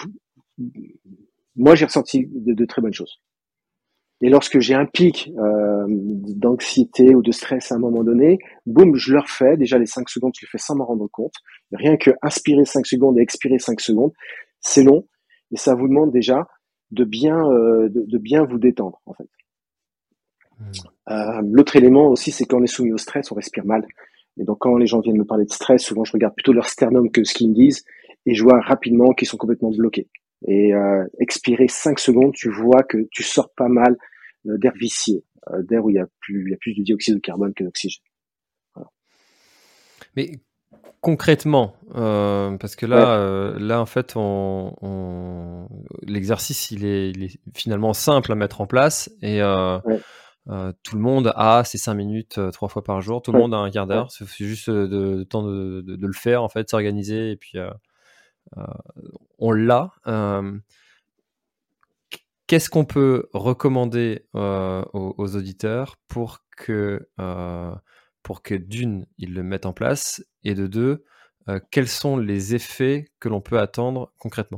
D: moi j'ai ressenti de, de très bonnes choses. Et lorsque j'ai un pic euh, d'anxiété ou de stress à un moment donné, boum, je le refais. Déjà les cinq secondes, je le fais sans m'en rendre compte. Rien que inspirer cinq secondes et expirer cinq secondes, c'est long et ça vous demande déjà de bien euh, de, de bien vous détendre en fait. Euh, l'autre élément aussi, c'est quand on est soumis au stress, on respire mal. Et donc, quand les gens viennent me parler de stress, souvent, je regarde plutôt leur sternum que ce qu'ils me disent, et je vois rapidement qu'ils sont complètement bloqués. Et euh, expirer cinq secondes, tu vois que tu sors pas mal euh, d'air vicié, euh, d'air où il y a plus, il y a plus de dioxyde de carbone que d'oxygène. Voilà.
E: Mais concrètement, euh, parce que
D: Ouais,
E: là, euh, là en fait, on, on- l'exercice, il est, il est finalement simple à mettre en place et euh,
D: ouais,
E: euh, tout le monde a ses cinq minutes euh, trois fois par jour. Tout le
D: ouais,
E: monde a un quart
D: ouais.
E: d'heure. C'est c'est juste euh, de, de temps de, de, de le faire en fait, s'organiser et puis euh, euh, on l'a. Euh, Qu'est-ce qu'on peut recommander euh, aux, aux auditeurs pour que, euh, pour que d'une, ils le mettent en place et de deux, euh, quels sont les effets que l'on peut attendre concrètement?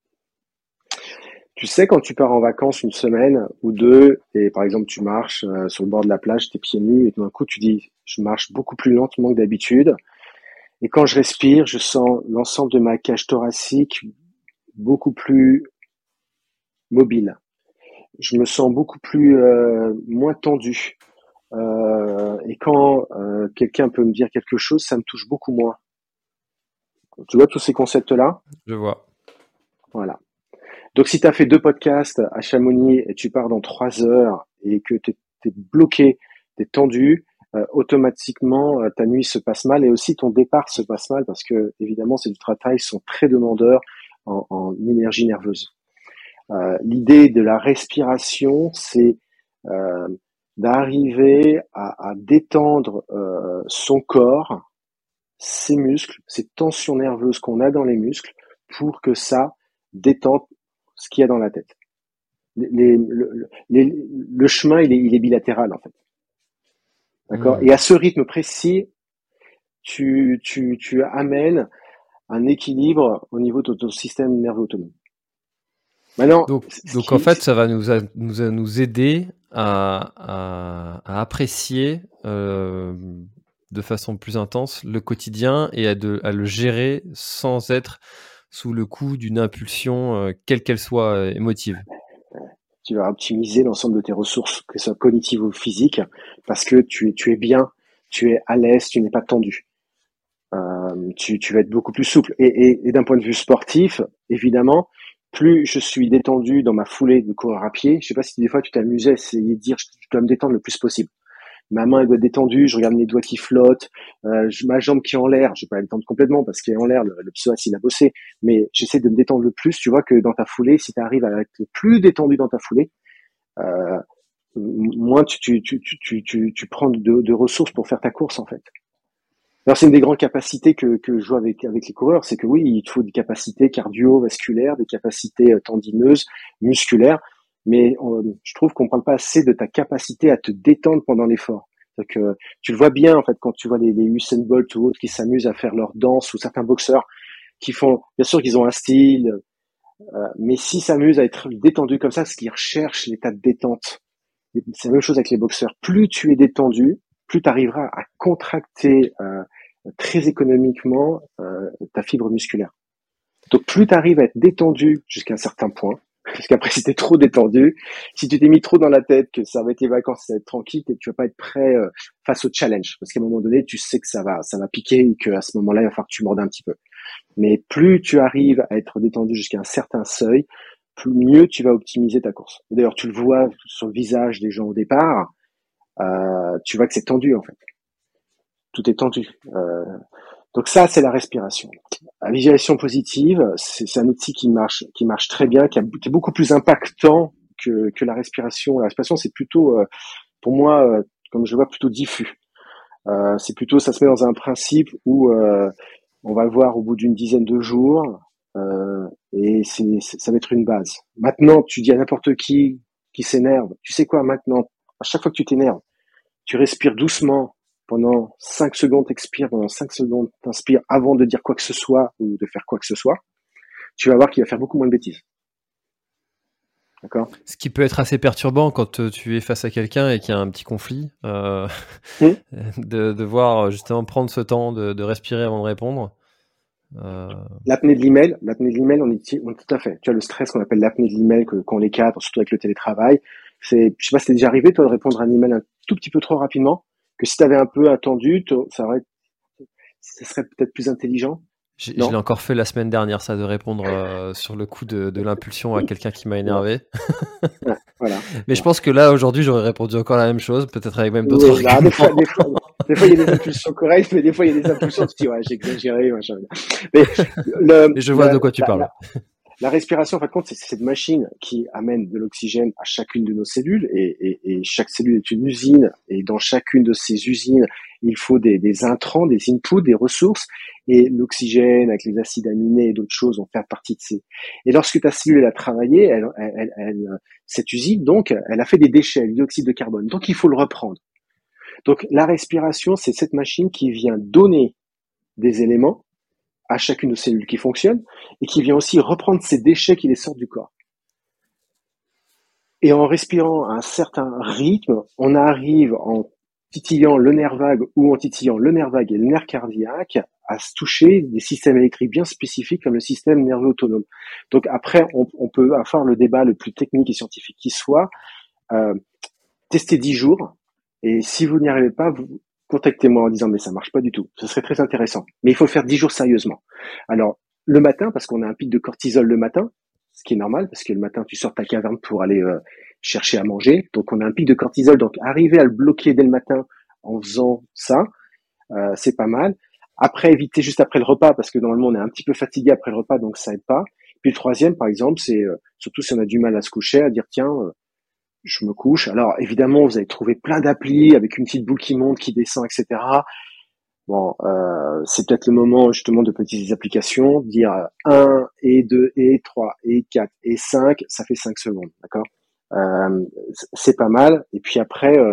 D: Tu sais, quand tu pars en vacances une semaine ou deux, et par exemple, tu marches euh, sur le bord de la plage, tes pieds nus, et tout d'un coup, tu dis, je marche beaucoup plus lentement que d'habitude. Et quand je respire, je sens l'ensemble de ma cage thoracique beaucoup plus mobile. Je me sens beaucoup plus euh, moins tendu. Euh, et quand euh, quelqu'un peut me dire quelque chose, ça me touche beaucoup moins. Tu vois tous ces concepts-là?
E: Je vois.
D: Voilà. Donc si tu as fait deux podcasts à Chamonix et tu pars dans trois heures et que tu es bloqué, tu es tendu, euh, automatiquement euh, ta nuit se passe mal et aussi ton départ se passe mal parce que évidemment ces ultra-trails sont très demandeurs en, en énergie nerveuse. Euh, l'idée de la respiration, c'est euh, d'arriver à, à détendre euh, son corps, ses muscles, ces tensions nerveuses qu'on a dans les muscles, pour que ça détende ce qu'il y a dans la tête. Les, les, le, les, le chemin, il est, il est bilatéral en fait. D'accord.
E: Mmh.
D: Et à ce rythme précis, tu, tu, tu amènes un équilibre au niveau de ton système nerveux autonome. Maintenant,
E: Donc,
D: ce
E: donc
D: qui,
E: en fait, ça va nous, a- nous, a- nous aider à, à, à apprécier euh, de façon plus intense le quotidien et à, de, à le gérer sans être sous le coup d'une impulsion, euh, quelle qu'elle soit euh, émotive.
D: tu vas optimiser l'ensemble de tes ressources, que ce soit cognitives ou physiques, parce que tu es, tu es bien, tu es à l'aise, tu n'es pas tendu. Euh, tu, tu vas être beaucoup plus souple. Et, et, et d'un point de vue sportif, évidemment, plus je suis détendu dans ma foulée de courir à pied, je sais pas si des fois tu t'amusais à essayer de dire je dois me détendre le plus possible. Ma main elle doit être détendue, je regarde mes doigts qui flottent, euh, je, ma jambe qui est en l'air, je vais pas la détendre complètement parce qu'elle est en l'air, le, le psoas il a bossé, mais j'essaie de me détendre le plus. Tu vois que dans ta foulée, si tu arrives à être le plus détendu dans ta foulée, euh, moins tu, tu, tu, tu, tu, tu prends de, de ressources pour faire ta course en fait. Alors c'est une des grandes capacités que, que je vois avec, avec les coureurs, c'est que oui, il te faut des capacités cardiovasculaires, des capacités tendineuses, musculaires, mais on, je trouve qu'on ne parle pas assez de ta capacité à te détendre pendant l'effort. Donc, euh, tu le vois bien en fait quand tu vois les, les Usain Bolt ou autres qui s'amusent à faire leur danse, ou certains boxeurs qui font, bien sûr qu'ils ont un style, euh, mais s'ils s'amusent à être détendus comme ça, c'est qu'ils recherchent l'état de détente. C'est la même chose avec les boxeurs. Plus tu es détendu, plus tu arriveras à contracter euh, très économiquement euh, ta fibre musculaire. Donc plus tu arrives à être détendu jusqu'à un certain point, parce qu'après si tu es trop détendu, si tu t'es mis trop dans la tête que ça va être les vacances, ça va être tranquille, et tu vas pas être prêt euh, face au challenge, parce qu'à un moment donné, tu sais que ça va ça va piquer et qu'à ce moment-là, il va falloir que tu mordes un petit peu. Mais plus tu arrives à être détendu jusqu'à un certain seuil, plus mieux tu vas optimiser ta course. Et d'ailleurs, tu le vois sur le visage des gens au départ, euh, tu vois que c'est tendu en fait. Tout est tendu. Euh, donc ça, c'est la respiration. La visualisation positive, c'est, c'est un outil qui marche, qui marche très bien, qui, a, qui est beaucoup plus impactant que, que la respiration. La respiration, c'est plutôt, euh, pour moi, euh, comme je le vois, plutôt diffus. Euh, c'est plutôt, ça se met dans un principe où euh, on va le voir au bout d'une dizaine de jours, euh, et c'est, c'est, ça va être une base. Maintenant, tu dis à n'importe qui qui s'énerve, tu sais quoi maintenant, à chaque fois que tu t'énerves, tu respires doucement pendant cinq secondes, t'expires pendant cinq secondes, t'inspires avant de dire quoi que ce soit ou de faire quoi que ce soit, tu vas voir qu'il va faire beaucoup moins de bêtises. D'accord ?
E: Ce qui peut être assez perturbant quand euh, tu es face à quelqu'un et qu'il y a un petit conflit, euh,
D: mmh.
E: de, de voir justement prendre ce temps de, de respirer avant de répondre. Euh...
D: L'apnée de l'email, l'apnée de l'email, on est, on est tout à fait. Tu as le stress qu'on appelle l'apnée de l'email, que, qu'on les cadre, surtout avec le télétravail. C'est, je sais pas si t'es déjà arrivé, toi, de répondre à un email un tout petit peu trop rapidement, que si t'avais un peu attendu, ça aurait, ça serait peut-être plus intelligent.
E: J'ai, je l'ai encore fait la semaine dernière, ça, de répondre euh, sur le coup de, de l'impulsion à quelqu'un qui m'a énervé.
D: Ouais, voilà.
E: Mais je pense que là, aujourd'hui, j'aurais répondu encore la même chose, peut-être avec même d'autres
D: Oui, bah, des fois, des fois, des fois, il y a des impulsions correctes, mais des fois, il y a des impulsions, tu te dis, ouais, j'ai exagéré, machin. Mais, le,
E: mais je vois
D: la,
E: de quoi tu
D: la,
E: parles.
D: La, la respiration, en fin de compte, c'est cette machine qui amène de l'oxygène à chacune de nos cellules, et, et, et chaque cellule est une usine, et dans chacune de ces usines, il faut des, des intrants, des inputs, des ressources, et l'oxygène avec les acides aminés et d'autres choses vont faire partie de ces. Et lorsque ta cellule a travaillé, elle, elle, elle, elle, cette usine, donc, elle a fait des déchets, du dioxyde de carbone. Donc, il faut le reprendre. Donc, la respiration, c'est cette machine qui vient donner des éléments à chacune de ces cellules qui fonctionnent et qui vient aussi reprendre ces déchets qui les sortent du corps. Et en respirant à un certain rythme, on arrive en titillant le nerf vague ou en titillant le nerf vague et le nerf cardiaque à se toucher des systèmes électriques bien spécifiques comme le système nerveux autonome. Donc après, on, on peut avoir le débat le plus technique et scientifique qui soit, euh, tester dix jours, et si vous n'y arrivez pas, vous contactez-moi en disant mais ça marche pas du tout. Ce serait très intéressant. Mais il faut le faire dix jours sérieusement. Alors, le matin, parce qu'on a un pic de cortisol le matin, ce qui est normal, parce que le matin, tu sors de ta caverne pour aller euh, chercher à manger. Donc, on a un pic de cortisol. Donc, arriver à le bloquer dès le matin en faisant ça, euh, c'est pas mal. Après, éviter juste après le repas, parce que normalement, on est un petit peu fatigué après le repas, donc ça aide pas. Puis le troisième, par exemple, c'est, euh, surtout si on a du mal à se coucher, à dire, tiens, euh, je me couche. Alors, évidemment, vous allez trouver plein d'applis avec une petite boule qui monte, qui descend, et cetera. Bon, euh, c'est peut-être le moment justement de petites applications, dire un et deux et trois et quatre et cinq, ça fait cinq secondes, d'accord ? Euh, c'est pas mal. Et puis après, euh,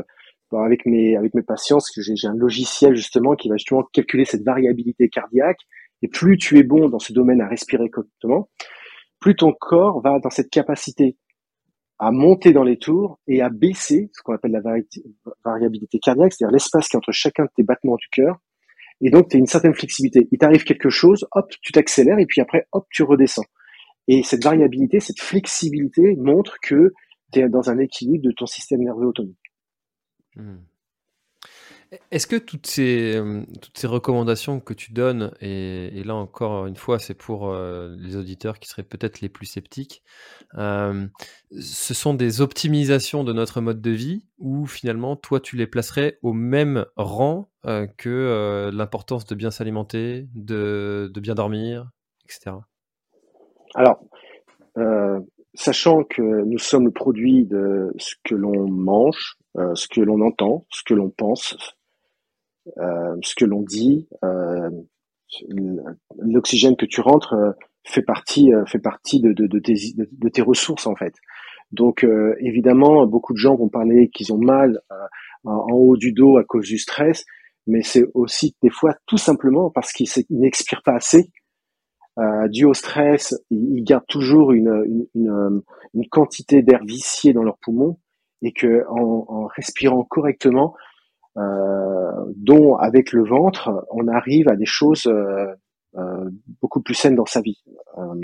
D: bon, avec mes avec mes patients, parce que j'ai, j'ai un logiciel justement qui va justement calculer cette variabilité cardiaque. Et plus tu es bon dans ce domaine à respirer correctement, plus ton corps va dans cette capacité à monter dans les tours et à baisser ce qu'on appelle la vari- variabilité cardiaque, c'est-à-dire l'espace qui est entre chacun de tes battements du cœur. Et donc, tu as une certaine flexibilité. Il t'arrive quelque chose, hop, tu t'accélères et puis après, hop, tu redescends. Et cette variabilité, cette flexibilité montre que tu es dans un équilibre de ton système nerveux autonome.
E: Mmh. Est-ce que toutes ces, euh, toutes ces recommandations que tu donnes, et, et là encore une fois, c'est pour euh, les auditeurs qui seraient peut-être les plus sceptiques, euh, ce sont des optimisations de notre mode de vie ou finalement, toi, tu les placerais au même rang euh, que euh, l'importance de bien s'alimenter, de, de bien dormir, et cetera.
D: Alors, euh, sachant que nous sommes le produit de ce que l'on mange, euh, ce que l'on entend, ce que l'on pense, euh, ce que l'on dit, euh, l'oxygène que tu rentres euh, fait partie euh, fait partie de, de, de, tes, de, de tes ressources en fait. Donc euh, évidemment, beaucoup de gens vont parler qu'ils ont mal euh, en, en haut du dos à cause du stress, mais c'est aussi des fois tout simplement parce qu'ils n'expirent pas assez. Euh, dû au stress, ils gardent toujours une, une, une, une quantité d'air vicié dans leurs poumons et que en, en respirant correctement, euh, dont avec le ventre, on arrive à des choses euh, euh, beaucoup plus saines dans sa vie. Euh,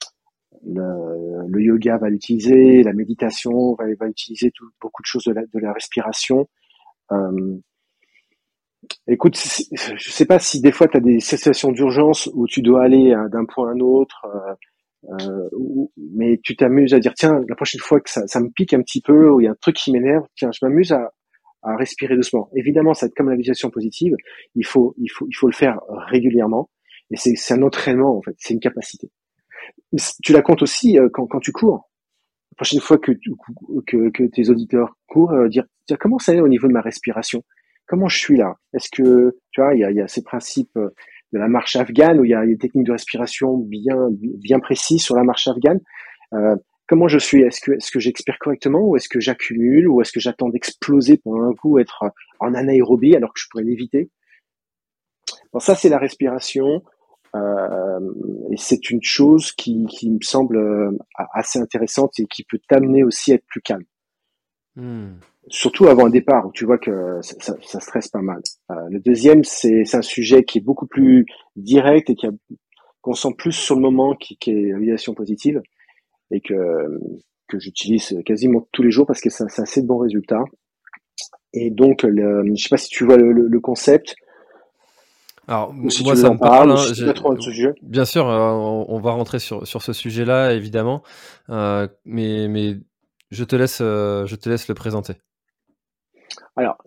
D: le, le yoga va l'utiliser, la méditation va, va utiliser tout, beaucoup de choses de la, de la respiration. Euh, écoute, je sais pas si des fois tu as des situations d'urgence où tu dois aller d'un point à un autre, euh, euh, où, mais tu t'amuses à dire tiens, la prochaine fois que ça, ça me pique un petit peu, ou il y a un truc qui m'énerve, tiens, je m'amuse à à respirer doucement. Évidemment, ça va être comme la visualisation positive. Il faut, il faut, il faut le faire régulièrement. Et c'est, c'est un entraînement, en fait. C'est une capacité. Tu la comptes aussi euh, quand, quand tu cours. La prochaine fois que, tu, que, que tes auditeurs courent, euh, dire, dire comment ça est au niveau de ma respiration? Comment je suis là? Est-ce que, tu vois, il y a, il y a ces principes de la marche afghane où il y a des techniques de respiration bien, bien précises sur la marche afghane. Euh, Comment je suis? Est-ce que, est-ce que j'expire correctement ou est-ce que j'accumule ou est-ce que j'attends d'exploser pour un coup être en anaérobie alors que je pourrais l'éviter? Bon, ça, c'est la respiration euh, et c'est une chose qui, qui me semble assez intéressante et qui peut t'amener aussi à être plus calme. Mmh. Surtout avant un départ où tu vois que ça, ça, ça stresse pas mal. Euh, le deuxième, c'est, c'est un sujet qui est beaucoup plus direct et qui a, qu'on sent plus sur le moment, qui, qui est la visualisation positive. Et que, que j'utilise quasiment tous les jours parce que ça, ça a assez de bons résultats. Et donc, le, je sais pas si tu vois le, le, le concept.
E: Alors, si moi, ça me parle. Hein,
D: si sujet.
E: Bien sûr, euh, on, on va rentrer sur, sur ce sujet-là, évidemment. Euh, mais, mais je te laisse, euh, je te laisse le présenter.
D: Alors,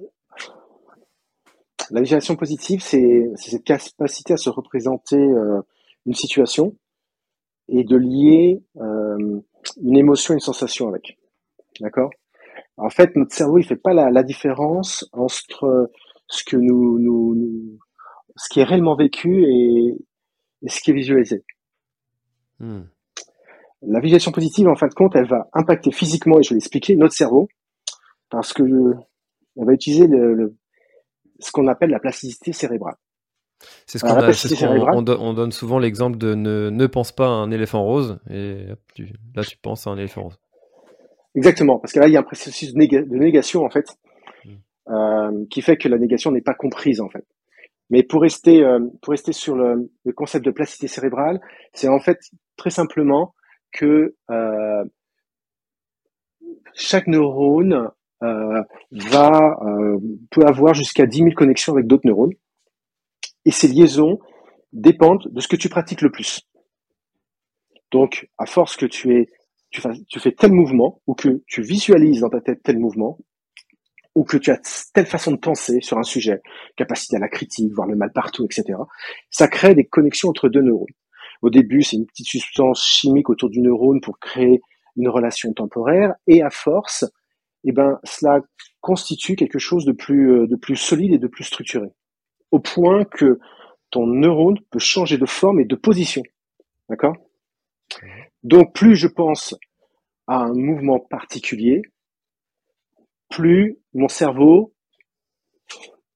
D: la visualisation positive, c'est, c'est cette capacité à se représenter euh, une situation et de lier euh, une émotion, une sensation avec. D'accord? En fait, notre cerveau, il fait pas la, la différence entre ce que nous, nous, nous, ce qui est réellement vécu et, et ce qui est visualisé. Hmm. La visualisation positive, en fin de compte, elle va impacter physiquement, et je vais l'expliquer, notre cerveau, parce que on va utiliser le, le, ce qu'on appelle la plasticité cérébrale.
E: C'est ce qu'on, a, c'est ce qu'on on, donne, on donne souvent l'exemple de ne, ne pense pas à un éléphant rose, et hop, tu, là tu penses à un éléphant rose.
D: Exactement, parce que là il y a un processus de, néga- de négation en fait, mmh. euh, qui fait que la négation n'est pas comprise en fait. Mais pour rester, euh, pour rester sur le, le concept de plasticité cérébrale, c'est en fait très simplement que euh, chaque neurone euh, va euh, peut avoir jusqu'à dix mille connexions avec d'autres neurones. Et ces liaisons dépendent de ce que tu pratiques le plus. Donc, à force que tu es, tu, fas, tu fais tel mouvement, ou que tu visualises dans ta tête tel mouvement, ou que tu as telle façon de penser sur un sujet, capacité à la critique, voir le mal partout, et cetera, ça crée des connexions entre deux neurones. Au début, c'est une petite substance chimique autour du neurone pour créer une relation temporaire, et à force, eh ben, cela constitue quelque chose de plus, de plus solide et de plus structuré. Au point que ton neurone peut changer de forme et de position. D'accord ? Donc, plus je pense à un mouvement particulier, plus mon cerveau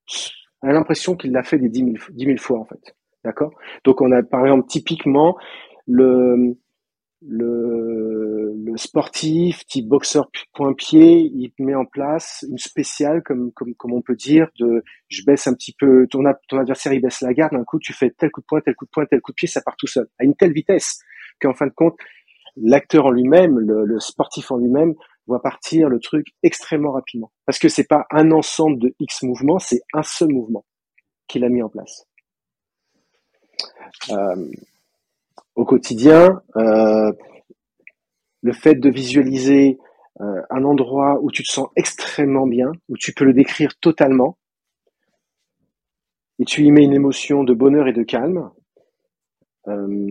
D: on a l'impression qu'il l'a fait des dix mille, dix mille fois en fait. D'accord? Donc on a par exemple typiquement le le, le sportif type boxeur point pied, il met en place une spéciale comme comme comme on peut dire de je baisse un petit peu ton ton adversaire il baisse la garde, d'un coup tu fais tel coup de poing, tel coup de poing, tel coup de pied, ça part tout seul à une telle vitesse qu'en fin de compte l'acteur en lui-même, le, le sportif en lui-même voit partir le truc extrêmement rapidement parce que c'est pas un ensemble de X mouvements, c'est un seul mouvement qu'il a mis en place. Euh, Au quotidien, euh, le fait de visualiser euh, un endroit où tu te sens extrêmement bien, où tu peux le décrire totalement, et tu y mets une émotion de bonheur et de calme, euh,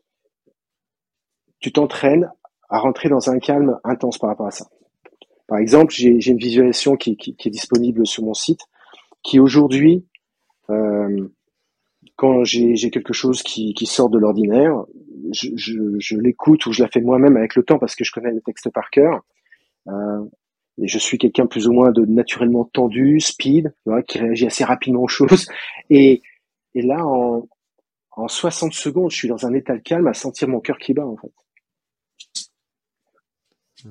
D: tu t'entraînes à rentrer dans un calme intense par rapport à ça. Par exemple, j'ai, j'ai une visualisation qui, qui, qui est disponible sur mon site, qui aujourd'hui, euh, quand j'ai, j'ai quelque chose qui, qui sort de l'ordinaire, je, je, je l'écoute ou je la fais moi-même avec le temps parce que je connais le texte par cœur. Euh, et je suis quelqu'un plus ou moins de naturellement tendu, speed, tu vois, qui réagit assez rapidement aux choses. Et, et là, en, en soixante secondes, je suis dans un état de calme à sentir mon cœur qui bat, en fait. Mmh.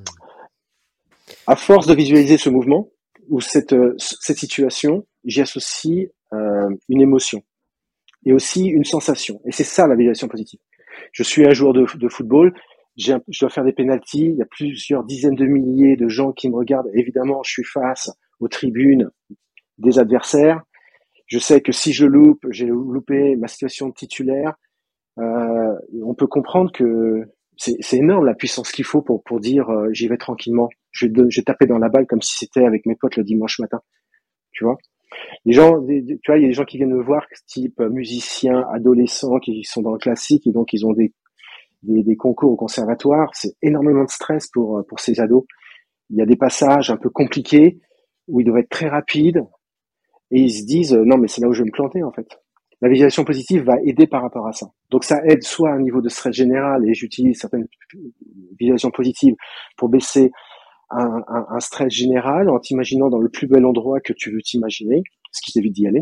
D: À force de visualiser ce mouvement ou cette, cette situation, j'y associe euh, une émotion et aussi une sensation. Et c'est ça la visualisation positive. Je suis un joueur de, de football, j'ai un, je dois faire des pénaltys, il y a plusieurs dizaines de milliers de gens qui me regardent. Évidemment, je suis face aux tribunes des adversaires. Je sais que si je loupe, j'ai loupé ma situation de titulaire. Euh, on peut comprendre que c'est, c'est énorme la puissance qu'il faut pour, pour dire euh, j'y vais tranquillement. Je vais, je vais taper dans la balle comme si c'était avec mes potes le dimanche matin. Tu vois? Les gens, tu vois, il y a des gens qui viennent me voir, type musiciens, adolescents, qui sont dans le classique et donc ils ont des, des, des concours au conservatoire. C'est énormément de stress pour, pour ces ados. Il y a des passages un peu compliqués où ils doivent être très rapides et ils se disent non mais c'est là où je vais me planter en fait. La visualisation positive va aider par rapport à ça. Donc ça aide soit à un niveau de stress général et j'utilise certaines visualisations positives pour baisser Un, un, un stress général en t'imaginant dans le plus bel endroit que tu veux t'imaginer, ce qui t'évite d'y aller,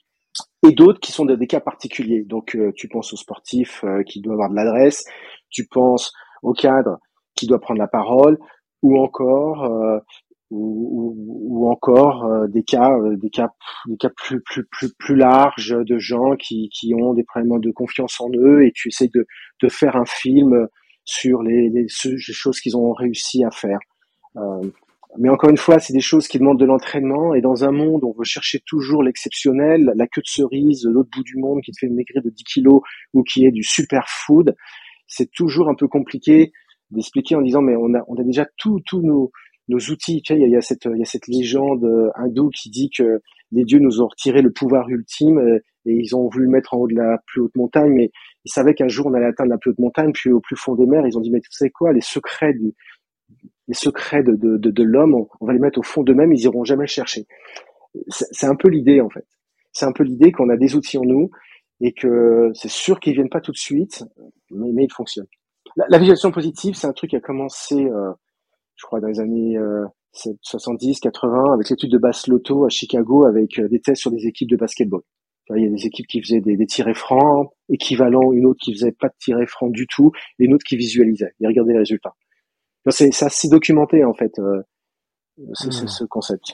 D: et d'autres qui sont des, des cas particuliers. Donc euh, tu penses au sportif euh, qui doit avoir de l'adresse, tu penses au cadre qui doit prendre la parole, ou encore euh, ou, ou, ou encore euh, des cas euh, des cas des cas plus plus plus plus larges de gens qui qui ont des problèmes de confiance en eux et tu essaies de de faire un film sur les les, les choses qu'ils ont réussi à faire. Euh, mais encore une fois, c'est des choses qui demandent de l'entraînement et dans un monde où on veut chercher toujours l'exceptionnel, la queue de cerise, l'autre bout du monde qui te fait maigrir de dix kilos ou qui est du superfood, c'est toujours un peu compliqué d'expliquer en disant mais on a on a déjà tous tous nos nos outils. Tu sais, il y a, il y a cette il y a cette légende hindoue qui dit que les dieux nous ont retiré le pouvoir ultime et ils ont voulu le mettre en haut de la plus haute montagne, mais ils savaient qu'un jour on allait atteindre la plus haute montagne, puis au plus fond des mers, ils ont dit mais tu sais quoi, les secrets du les secrets de, de, de, de l'homme, on, on va les mettre au fond d'eux-mêmes, ils iront jamais le chercher. C'est, c'est un peu l'idée, en fait. C'est un peu l'idée qu'on a des outils en nous et que c'est sûr qu'ils viennent pas tout de suite, mais, mais ils fonctionnent. La, la visualisation positive, c'est un truc qui a commencé, euh, je crois, dans les années euh, soixante-dix, quatre-vingts, avec l'étude de Bass-Lotto à Chicago, avec euh, des tests sur des équipes de basketball. Il y a des équipes qui faisaient des, des tirets francs équivalents, une autre qui faisait pas de tirets francs du tout, et une autre qui visualisait. Et regardez les résultats. C'est, c'est assez documenté en fait, euh, ce, mmh. ce, ce concept.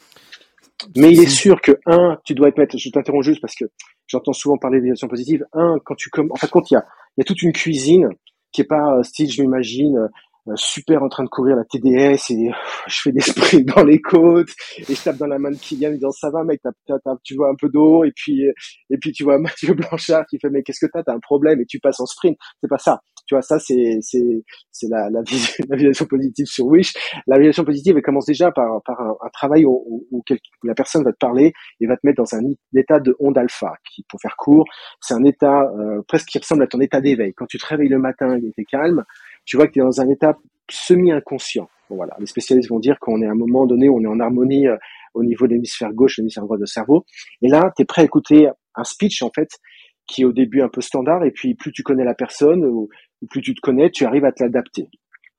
D: Mais il est sûr que un, tu dois être mettre. Je t'interromps juste parce que j'entends souvent parler de visualisation positive. Un, quand tu comme, en fait, quand il y a, il y a toute une cuisine qui est pas euh, style, je m'imagine. Euh, super en train de courir la T D S et euh, je fais des sprints dans les côtes et je tape dans la main de Kylian en disant ça va mec, t'as, t'as, t'as, tu vois un peu d'eau et puis et puis tu vois Mathieu Blanchard qui fait mais qu'est-ce que t'as, t'as un problème et tu passes en sprint. C'est pas ça. Tu vois, ça, c'est, c'est, c'est la, la, la visualisation positive sur Wish. La visualisation positive, elle commence déjà par, par un, un travail où, où, où, où la personne va te parler et va te mettre dans un état de onde alpha, qui, pour faire court, c'est un état, euh, presque qui ressemble à ton état d'éveil. Quand tu te réveilles le matin et que t'es calme, tu vois que t'es dans un état semi-inconscient. Bon, voilà. Les spécialistes vont dire qu'on est à un moment donné où on est en harmonie euh, au niveau de l'hémisphère gauche, l'hémisphère droit du cerveau. Et là, t'es prêt à écouter un speech, en fait, qui est au début un peu standard, et puis plus tu connais la personne, ou, ou plus tu te connais, tu arrives à te l'adapter.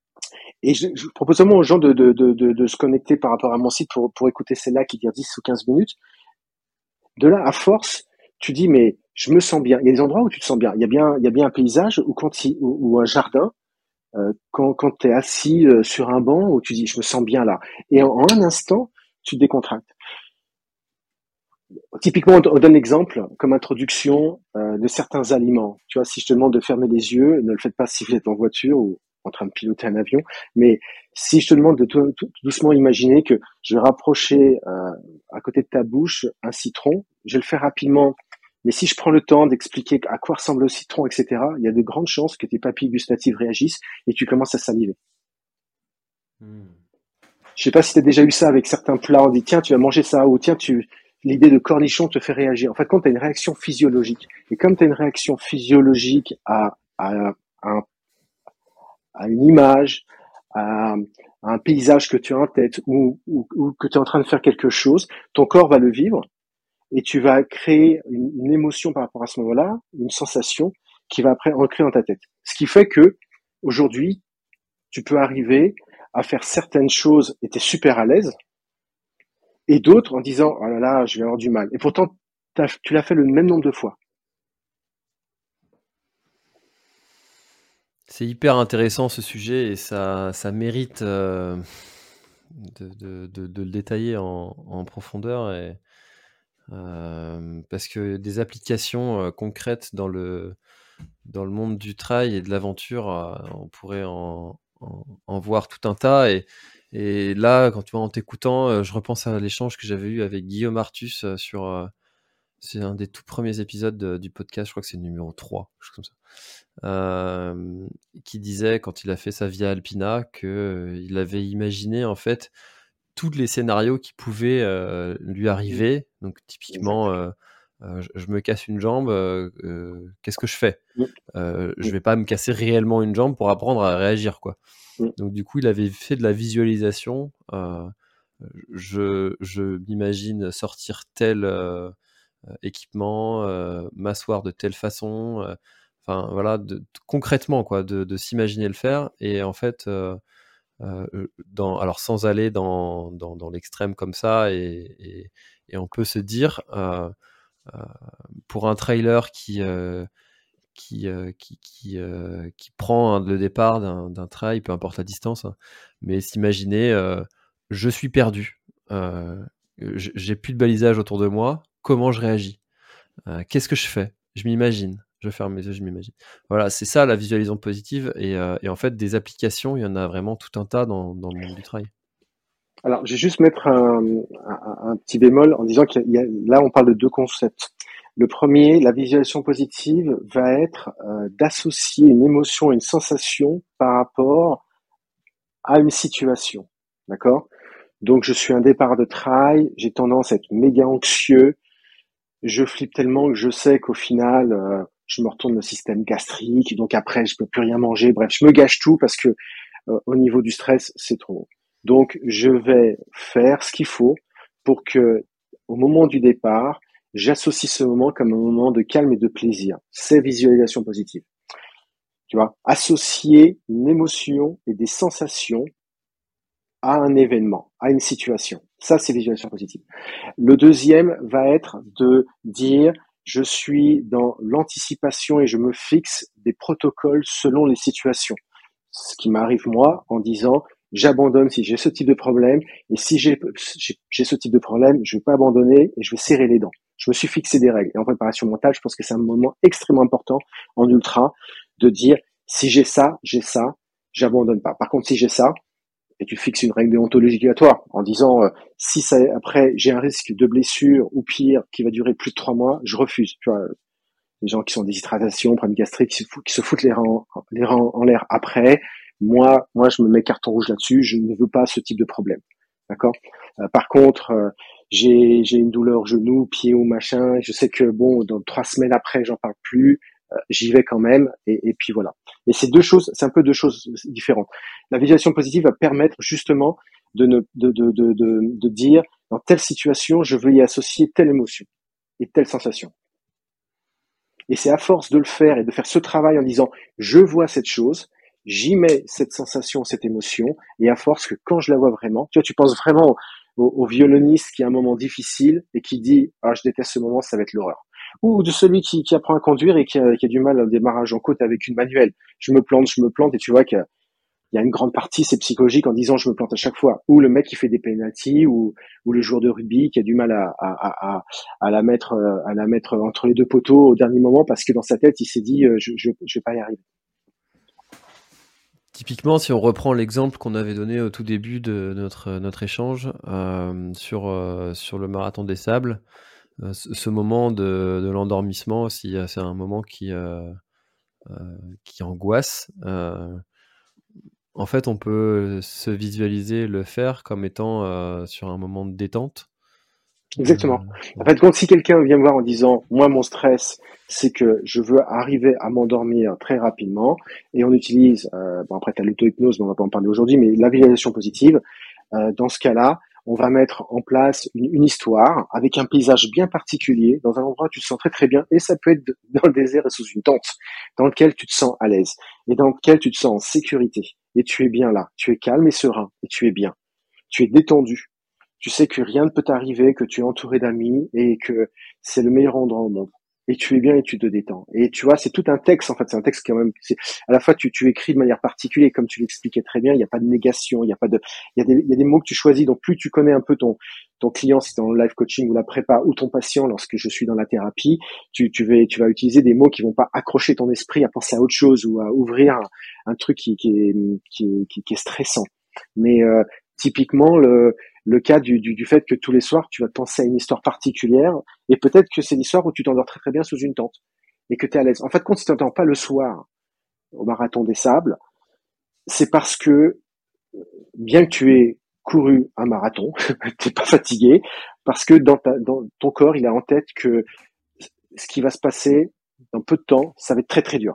D: Et je, je propose seulement aux gens de, de, de, de, de se connecter par rapport à mon site pour, pour écouter celle-là qui dure dix ou quinze minutes. de là, à force, tu dis, mais je me sens bien. Il y a des endroits où tu te sens bien. Il y a bien, il y a bien un paysage ou quand il, ou, ou un jardin, euh, quand, quand tu es assis euh, sur un banc où tu dis, je me sens bien là. Et en, en un instant, tu te décontractes. Typiquement, on donne l'exemple comme introduction euh, de certains aliments. Tu vois, si je te demande de fermer les yeux, ne le faites pas si vous êtes en voiture ou en train de piloter un avion. Mais si je te demande de tout, tout doucement imaginer que je vais rapprocher euh, à côté de ta bouche un citron, je vais le faire rapidement. Mais si je prends le temps d'expliquer à quoi ressemble le citron, et cetera, il y a de grandes chances que tes papilles gustatives réagissent et tu commences à saliver. Hmm. Je sais pas si tu as déjà eu ça avec certains plats. On dit tiens, tu vas manger ça ou tiens, tu l'idée de cornichon te fait réagir. En fait, quand tu as une réaction physiologique, et comme tu as une réaction physiologique à, à, à, à une image, à, à un paysage que tu as en tête ou, ou, ou que tu es en train de faire quelque chose, ton corps va le vivre et tu vas créer une, une émotion par rapport à ce moment-là, une sensation qui va après ancrer dans ta tête. Ce qui fait que aujourd'hui, tu peux arriver à faire certaines choses et tu es super à l'aise, et d'autres en disant « Oh là là, je vais avoir du mal ». Et pourtant, tu l'as fait le même nombre de fois.
E: C'est hyper intéressant ce sujet et ça, ça mérite euh, de, de, de, de le détailler en, en profondeur. Et, euh, parce que des applications euh, concrètes dans le, dans le monde du trail et de l'aventure, euh, on pourrait en, en, en voir tout un tas. Et, et là, quand tu vois, en t'écoutant, euh, je repense à l'échange que j'avais eu avec Guillaume Artus euh, sur... Euh, c'est un des tout premiers épisodes de, du podcast, je crois que c'est le numéro trois, quelque chose comme ça. Euh, qui disait, quand il a fait sa Via Alpina, qu'il euh, avait imaginé en fait tous les scénarios qui pouvaient euh, lui arriver. Donc typiquement, euh, euh, je, je me casse une jambe, euh, euh, qu'est-ce que je fais ? euh, Je vais pas me casser réellement une jambe pour apprendre à réagir, quoi. Donc du coup, il avait fait de la visualisation. Euh, je, je m'imagine sortir tel euh, équipement, euh, m'asseoir de telle façon. Euh, Enfin, voilà, de, de, concrètement, quoi, de, de s'imaginer le faire. Et en fait, euh, euh, dans, alors sans aller dans, dans, dans l'extrême comme ça, et, et, et on peut se dire, euh, euh, pour un trailer qui, euh, qui, euh, qui, qui, euh, qui prend hein, le départ d'un, d'un trail, peu importe la distance, hein, mais s'imaginer, euh, je suis perdu, euh, j'ai plus de balisage autour de moi, comment je réagis ? euh, Qu'est-ce que je fais ? Je m'imagine. Je ferme mes yeux, je m'imagine. Voilà, c'est ça la visualisation positive. Et, euh, et en fait, des applications, il y en a vraiment tout un tas dans, dans le monde du trail.
D: Alors, je vais juste mettre un, un, un petit bémol en disant qu'il y a, là, on parle de deux concepts. Le premier, la visualisation positive va être euh, d'associer une émotion, une sensation par rapport à une situation. D'accord ? Donc, je suis un départ de trail, j'ai tendance à être méga anxieux, je flippe tellement que je sais qu'au final, euh, je me retourne le système gastrique, donc après, je peux plus rien manger. Bref, je me gâche tout parce que euh, au niveau du stress, c'est trop. Donc, je vais faire ce qu'il faut pour que, au moment du départ, j'associe ce moment comme un moment de calme et de plaisir. C'est visualisation positive. Tu vois, associer une émotion et des sensations à un événement, à une situation. Ça, c'est visualisation positive. Le deuxième va être de dire je suis dans l'anticipation et je me fixe des protocoles selon les situations. Ce qui m'arrive moi en disant j'abandonne si j'ai ce type de problème et si j'ai, j'ai ce type de problème, je vais pas abandonner et je vais serrer les dents. Je me suis fixé des règles. Et en préparation mentale, je pense que c'est un moment extrêmement important en ultra de dire si j'ai ça, j'ai ça, j'abandonne pas. Par contre, si j'ai ça, et tu fixes une règle déontologique à toi en disant euh, si ça, après j'ai un risque de blessure ou pire qui va durer plus de trois mois, je refuse. Tu vois, les gens qui sont déshydratation, problème gastrique, qui se foutent, qui se foutent les reins, les reins en l'air après. Moi, moi, je me mets carton rouge là-dessus. Je ne veux pas ce type de problème. D'accord. Euh, par contre, euh, j'ai j'ai une douleur au genou, pied ou machin. Je sais que bon, dans trois semaines après, j'en parle plus. Euh, j'y vais quand même. Et, et puis voilà. Et c'est deux choses, c'est un peu deux choses différentes. La visualisation positive va permettre justement de ne de de de de, de dire dans telle situation, je veux y associer telle émotion et telle sensation. Et c'est à force de le faire et de faire ce travail en disant je vois cette chose, j'y mets cette sensation, cette émotion, et à force que quand je la vois vraiment, tu vois, tu penses vraiment au, au violoniste qui a un moment difficile et qui dit « Ah, je déteste ce moment, ça va être l'horreur ». Ou de celui qui, qui apprend à conduire et qui a, qui a du mal au démarrage en côte avec une manuelle. Je me plante, je me plante, et tu vois qu'il y a une grande partie, c'est psychologique en disant je me plante à chaque fois. Ou le mec qui fait des penalties, ou, ou le joueur de rugby qui a du mal à, à, à, à la mettre, à la mettre entre les deux poteaux au dernier moment parce que dans sa tête il s'est dit je, je, je vais pas y arriver.
E: Typiquement, si on reprend l'exemple qu'on avait donné au tout début de notre, notre échange euh, sur, euh, sur le marathon des sables, euh, ce, ce moment de, de l'endormissement aussi, c'est un moment qui, euh, euh, qui angoisse. Euh, en fait, on peut se visualiser le faire comme étant euh, sur un moment de détente.
D: Exactement. En fait, quand si quelqu'un vient me voir en disant moi mon stress c'est que je veux arriver à m'endormir très rapidement et on utilise euh, bon après tu as l'auto-hypnose mais on va pas en parler aujourd'hui mais la visualisation positive euh, dans ce cas-là on va mettre en place une, une histoire avec un paysage bien particulier dans un endroit où tu te sens très très bien et ça peut être dans le désert et sous une tente dans lequel tu te sens à l'aise et dans lequel tu te sens en sécurité et tu es bien là, tu es calme et serein et tu es bien, tu es détendu. Tu sais que rien ne peut t'arriver, que tu es entouré d'amis et que c'est le meilleur endroit au monde. Et tu es bien et tu te détends. Et tu vois, c'est tout un texte, en fait. C'est un texte quand même, c'est, à la fois, tu, tu écris de manière particulière, comme tu l'expliquais très bien. Il n'y a pas de négation, il n'y a pas de, il y a des, il y a des mots que tu choisis. Donc, plus tu connais un peu ton, ton client, si c'est dans le live coaching ou la prépa, ou ton patient, lorsque je suis dans la thérapie, tu, tu vas, tu vas utiliser des mots qui vont pas accrocher ton esprit à penser à autre chose ou à ouvrir un, un truc qui, qui est, qui est, qui, qui est stressant. Mais, euh, typiquement, le, le cas du, du, du fait que tous les soirs, tu vas penser à une histoire particulière et peut-être que c'est l'histoire où tu t'endors très très bien sous une tente et que tu es à l'aise. En fait, quand tu t'endors pas le soir au marathon des sables, c'est parce que bien que tu aies couru un marathon, t'es pas fatigué parce que dans, ta, dans ton corps, il a en tête que ce qui va se passer dans peu de temps, ça va être très très dur.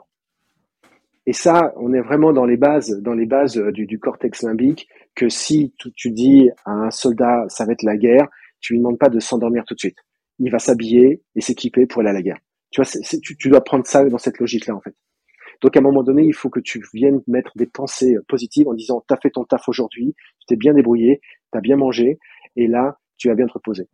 D: Et ça, on est vraiment dans les bases, dans les bases du, du cortex limbique, que si tu, tu dis à un soldat, ça va être la guerre, tu lui demandes pas de s'endormir tout de suite. Il va s'habiller et s'équiper pour aller à la guerre. Tu vois, c'est, c'est, tu, tu dois prendre ça dans cette logique-là, en fait. Donc, à un moment donné, il faut que tu viennes mettre des pensées positives en disant, t'as fait ton taf aujourd'hui, tu t'es bien débrouillé, t'as bien mangé, et là, tu vas bien te reposer.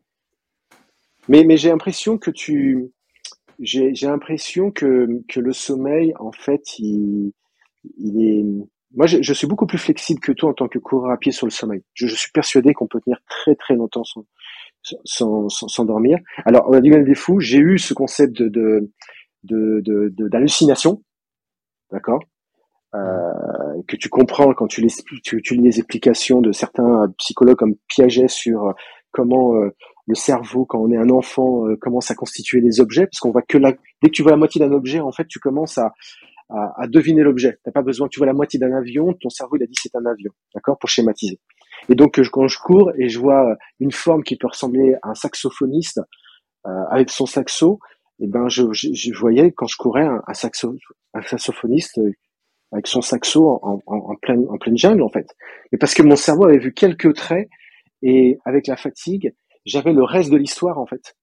D: Mais, mais j'ai l'impression que tu, J'ai, j'ai l'impression que, que le sommeil, en fait, il, il est. Moi, je, je suis beaucoup plus flexible que toi en tant que coureur à pied sur le sommeil. Je, je suis persuadé qu'on peut tenir très très longtemps sans, sans, sans, sans dormir. Alors, on a dit même des fous. J'ai eu ce concept de, de, de, de, de d'hallucination, d'accord, euh, que tu comprends quand tu, les, tu, tu lis les explications de certains psychologues comme Piaget sur comment euh, le cerveau, quand on est un enfant, euh, commence à constituer les objets, parce qu'on voit que la, dès que tu vois la moitié d'un objet, en fait, tu commences à, à, à deviner l'objet. T'as pas besoin, tu vois la moitié d'un avion, ton cerveau, il a dit c'est un avion, d'accord, pour schématiser. Et donc, quand je cours et je vois une forme qui peut ressembler à un saxophoniste euh, avec son saxo, et ben, je, je, je voyais quand je courais un, un, saxo, un saxophoniste euh, avec son saxo en, en, en pleine, en pleine jungle, en fait. Mais parce que mon cerveau avait vu quelques traits et avec la fatigue, j'avais le reste de l'histoire, en fait,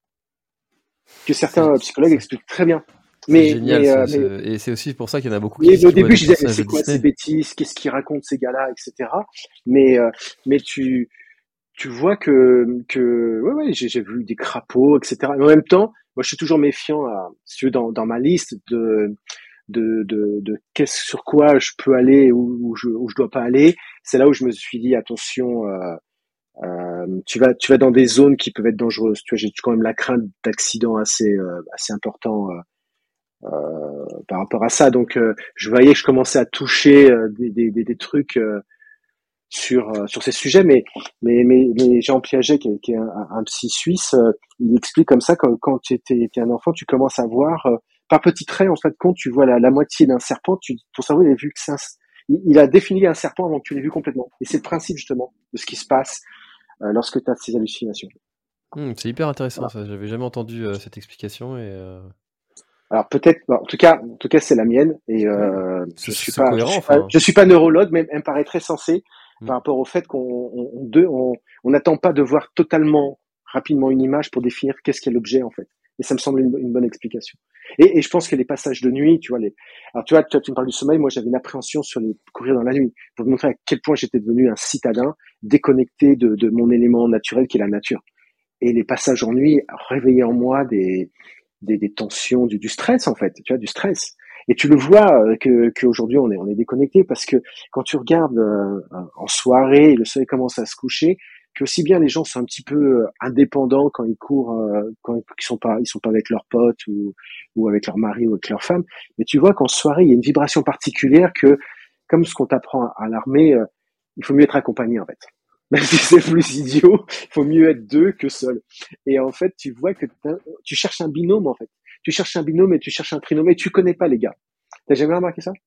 D: que certains
E: c'est,
D: psychologues
E: c'est,
D: expliquent très bien.
E: C'est
D: mais,
E: génial,
D: mais,
E: ce,
D: euh,
E: ce,
D: mais,
E: et c'est aussi pour ça qu'il y en a beaucoup
D: mais
E: qui
D: au
E: se
D: début,
E: des
D: je disais, mais
E: personnages
D: c'est
E: de
D: quoi ces
E: Disney.
D: bêtises? Qu'est-ce qu'ils racontent ces gars-là, et cetera. Mais, euh, mais tu, tu vois que, que, ouais, ouais, j'ai, j'ai vu des crapauds, et cetera. Mais en même temps, moi, je suis toujours méfiant, à, si tu veux, dans, dans ma liste de, de, de, de qu'est-ce sur quoi je peux aller ou où je, où je dois pas aller. C'est là où je me suis dit, attention, euh, Euh, tu vas, tu vas dans des zones qui peuvent être dangereuses. Tu vois, j'ai quand même la crainte d'accidents assez, euh, assez importants euh, euh, par rapport à ça. Donc, euh, je voyais que je commençais à toucher euh, des, des, des, des trucs euh, sur euh, sur ces sujets. Mais, mais, mais, mais Jean Piaget, qui est, qui est un, un psy suisse, euh, il explique comme ça que quand tu étais un enfant, tu commences à voir euh, par petits traits. En fait, quand tu vois la, la moitié d'un serpent, tu, ton cerveau il a vu que c'est un, il, il a défini un serpent avant que tu l'aies vu complètement. Et c'est le principe justement de ce qui se passe Euh, lorsque tu as ces hallucinations.
E: Mmh, c'est hyper intéressant,
D: Voilà.
E: ça. J'avais jamais entendu euh, cette explication et euh...
D: Alors peut-être, bon, en tout cas, en tout cas, c'est la mienne et
E: ouais.
D: euh,
E: c'est,
D: je suis
E: c'est
D: pas, je
E: cohérent,
D: suis pas,
E: enfin.
D: je suis pas neurologue, mais elle me paraît très sensée
E: Mmh.
D: par rapport au fait qu'on, on, on, de, on, on n'attend pas de voir totalement rapidement une image pour définir qu'est-ce qu'est l'objet en fait. Et ça me semble une, une bonne explication. Et, et je pense que les passages de nuit, tu vois, les, alors tu vois, toi, tu me parles du sommeil, moi j'avais une appréhension sur les courir dans la nuit, pour te montrer à quel point j'étais devenu un citadin déconnecté de, de mon élément naturel qui est la nature. Et les passages en nuit réveillaient en moi des, des, des tensions, du, du stress en fait, tu vois, du stress. Et tu le vois euh, que qu'aujourd'hui on est on est déconnecté parce que quand tu regardes euh, en soirée, le soleil commence à se coucher, que aussi bien les gens sont un petit peu indépendants quand ils courent, euh, quand ils sont pas ils sont pas avec leurs potes ou ou avec leur mari ou avec leur femme, mais tu vois qu'en soirée il y a une vibration particulière que comme ce qu'on t'apprend à, à l'armée, euh, il faut mieux être accompagné en fait. Même si c'est plus idiot, il faut mieux être deux que seul. Et en fait, tu vois que tu cherches un binôme en fait. Tu cherches un binôme et tu cherches un trinôme et tu connais pas les gars. T'as jamais remarqué ça?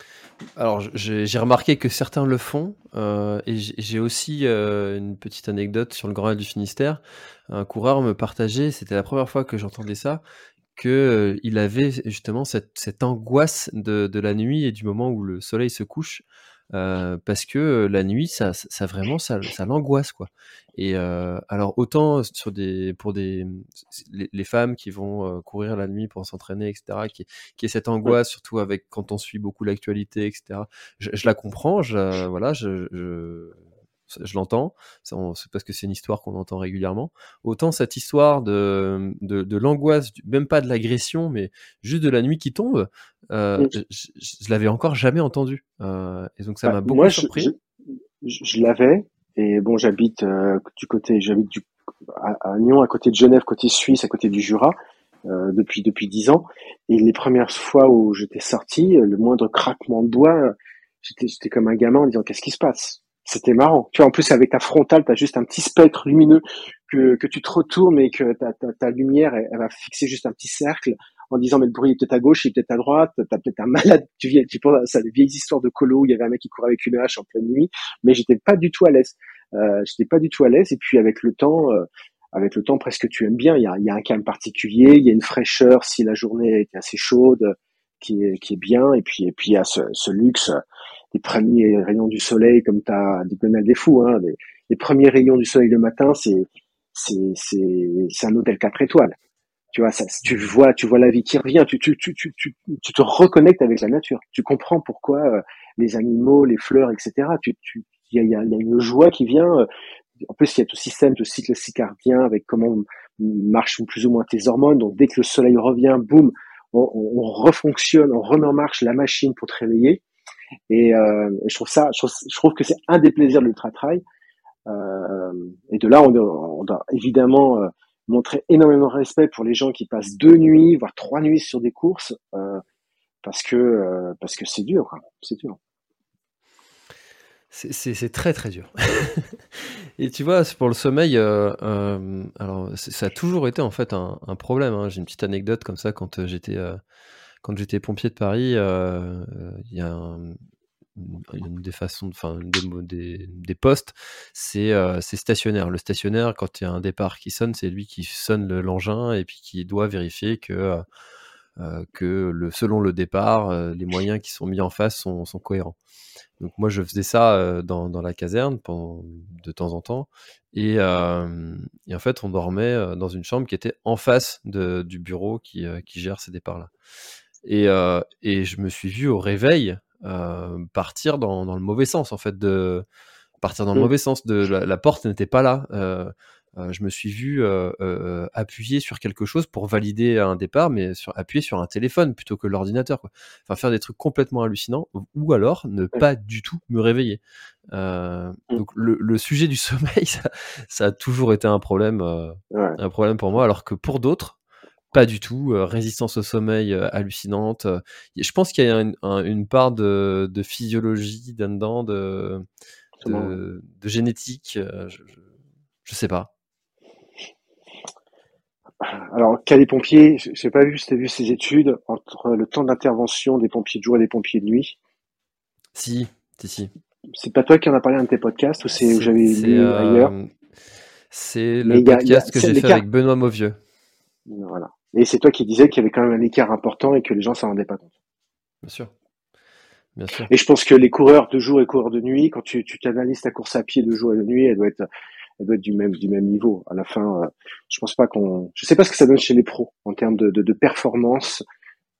E: Alors, j'ai, j'ai remarqué que certains le font, euh, et j'ai, j'ai aussi euh, une petite anecdote sur le Grand Raid du Finistère. Un coureur me partageait, c'était la première fois que j'entendais ça, que euh, il avait justement cette, cette angoisse de, de la nuit et du moment où le soleil se couche, euh, parce que euh, la nuit, ça, ça ça vraiment, ça, ça l'angoisse quoi. Et euh, alors autant sur des, pour des, les, les femmes qui vont euh, courir la nuit pour s'entraîner, et cetera, qui, qui est cette
D: Ouais.
E: angoisse, surtout avec quand on suit beaucoup l'actualité, et cetera. Je, je la comprends, je, voilà, je, je, je l'entends, c'est on- c'est parce que c'est une histoire qu'on entend régulièrement. Autant cette histoire de, de, de l'angoisse, du- même pas de l'agression, mais juste de la nuit qui tombe, euh,
D: Mm.
E: je, je, je l'avais encore jamais entendu. Euh, et donc ça
D: Bah,
E: m'a
D: moi,
E: beaucoup
D: je, je,
E: surpris.
D: je, je l'avais. Et bon, j'habite euh, du côté, j'habite du, à, à Nyon, à côté de Genève, côté Suisse, à côté du Jura, euh, depuis depuis dix ans. Et les premières fois où j'étais sorti, le moindre craquement de doigts, j'étais j'étais comme un gamin en disant qu'est-ce qui se passe? C'était marrant. Tu vois, en plus avec ta frontale, t'as juste un petit spectre lumineux que que tu te retournes et que ta ta, ta lumière, elle, elle va fixer juste un petit cercle en disant mais le bruit est peut-être à gauche, il est peut-être à droite, t'as peut-être un malade. Tu viens, tu penses à ça, les vieilles histoires de colo où il y avait un mec qui courait avec une hache en pleine nuit, mais j'étais pas du tout à l'aise. Euh, j'étais pas du tout à l'aise. Et puis avec le temps, euh, avec le temps, presque tu aimes bien. Il y a, il y a un calme particulier, il y a une fraîcheur si la journée est assez chaude, qui est qui est bien. Et puis et puis il y a ce, ce luxe des premiers rayons du soleil, comme t'as des Gonal des fous. Hein, les, les premiers rayons du soleil le matin, c'est c'est c'est c'est un hôtel quatre étoiles. Tu vois, ça, tu vois, tu vois la vie qui revient. Tu tu tu tu tu, tu te reconnectes avec la nature. Tu comprends pourquoi euh, les animaux, les fleurs, et cetera. Tu tu il y a, il y, a, il y a une joie qui vient. euh, En plus, il y a tout système de cycle circadien avec comment marchent plus ou moins tes hormones. Donc, dès que le soleil revient, boum, on, on, on refonctionne, on remet en marche la machine pour te réveiller. Et, euh, et je trouve ça, je trouve, je trouve que c'est un des plaisirs de l'ultra trail. Euh, et de là, on, on doit évidemment euh, montrer énormément de respect pour les gens qui passent deux nuits, voire trois nuits sur des courses, euh, parce que euh, parce que c'est dur, quoi. C'est dur.
E: C'est, c'est, c'est très très dur. Et tu vois, c'est pour le sommeil, euh, euh, alors c'est- ça a toujours été en fait un, un problème. Hein. J'ai une petite anecdote comme ça quand euh, j'étais euh, quand j'étais pompier de Paris. euh, euh, Il y a un- une, une des façons, enfin une des, mo- des, des postes, c'est euh, c'est stationnaire. Le stationnaire, quand il y a un départ qui sonne, c'est lui qui sonne le- l'engin et puis qui doit vérifier que euh, euh, que le, selon le départ, euh, les moyens qui sont mis en face sont, sont cohérents. Donc moi je faisais ça euh, dans, dans la caserne pendant, de temps en temps et, euh, et en fait on dormait euh, dans une chambre qui était en face de, du bureau qui, euh, qui gère ces départs-là. Et, euh, et je me suis vu au réveil euh, partir dans, dans le mauvais sens en fait, de partir dans le
D: Mm.
E: mauvais sens, de la, la porte n'était pas là. Euh, euh, je me suis vu euh, euh, appuyer sur quelque chose pour valider un départ, mais sur, appuyer sur un téléphone plutôt que l'ordinateur, quoi. Enfin, faire des trucs complètement hallucinants, ou alors ne
D: Ouais.
E: pas du tout me réveiller. Euh,
D: Mm.
E: donc le, le sujet du sommeil, ça, ça a toujours été un problème, euh,
D: Ouais.
E: un problème pour moi, alors que pour d'autres, pas du tout. Euh, résistance au sommeil euh, hallucinante. Euh, je pense qu'il y a une, un- une part de, de physiologie là-dedans, de,
D: Sûrement, ouais.
E: de, de génétique. euh, je, je, je sais pas.
D: Alors, cas des pompiers, je n'ai pas vu si tu as vu ces études entre le temps d'intervention des pompiers de jour et des pompiers de nuit.
E: Si, si, si.
D: C'est pas toi qui en as parlé dans tes podcasts ou c'est où
E: C'est,
D: j'avais
E: c'est,
D: lu ailleurs.
E: euh, c'est
D: Mais
E: le
D: il y a, il y a
E: podcast que
D: c'est
E: j'ai fait
D: l'écart.
E: avec Benoît Mauvieux.
D: Voilà. Et c'est toi qui disais qu'il y avait quand même un écart important et que les gens s'en rendaient pas compte.
E: Bien sûr, bien sûr.
D: Et je pense que les coureurs de jour et coureurs de nuit, quand tu, tu t'analyses ta course à pied de jour et de nuit, elle doit être, elle doit être du même, du même niveau. À la fin, euh, je pense pas qu'on, je sais pas ce que ça donne chez les pros en termes de, de, de performance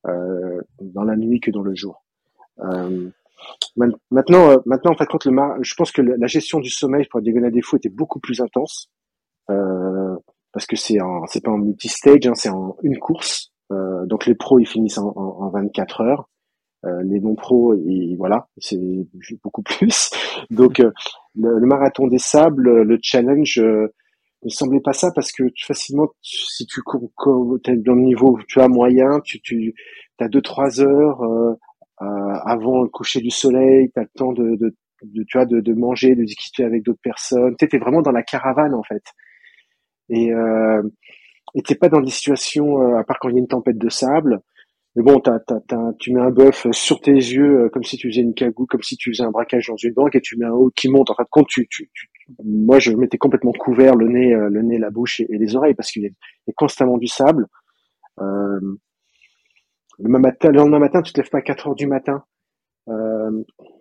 D: euh, dans la nuit que dans le jour. Euh, maintenant, euh, maintenant, en fait, contre le mar- je pense que le, la gestion du sommeil pour la Diagonale des Fous était beaucoup plus intense euh, parce que c'est en, c'est pas en multi-stage, hein, c'est en une course. Euh, donc les pros ils finissent en, en, en vingt-quatre heures. Euh, les non-pros, et voilà, c'est beaucoup plus. Donc, euh, le, le marathon des sables, le challenge, euh, ne semblait pas ça parce que facilement, si tu cours, cours t'es dans le niveau, tu as moyen, tu, tu as deux, trois heures euh, euh, avant le coucher du soleil, tu as le temps de, de, de, tu vois, de, de manger, de discuter avec d'autres personnes. Tu es vraiment dans la caravane en fait. Et euh, et t'es pas dans des situations, euh, à part quand il y a une tempête de sable. Mais bon, t'as, t'as, t'as, tu mets un bœuf sur tes yeux, euh, comme si tu faisais une cagoule, comme si tu faisais un braquage dans une banque, et tu mets un haut qui monte. En fin de compte, tu, tu, tu, moi, je m'étais complètement couvert le nez, euh, le nez, la bouche et, et les oreilles, parce qu'il y a, il y a constamment du sable. Euh, le, matin, le lendemain matin, tu te lèves pas à quatre heures du matin. Euh,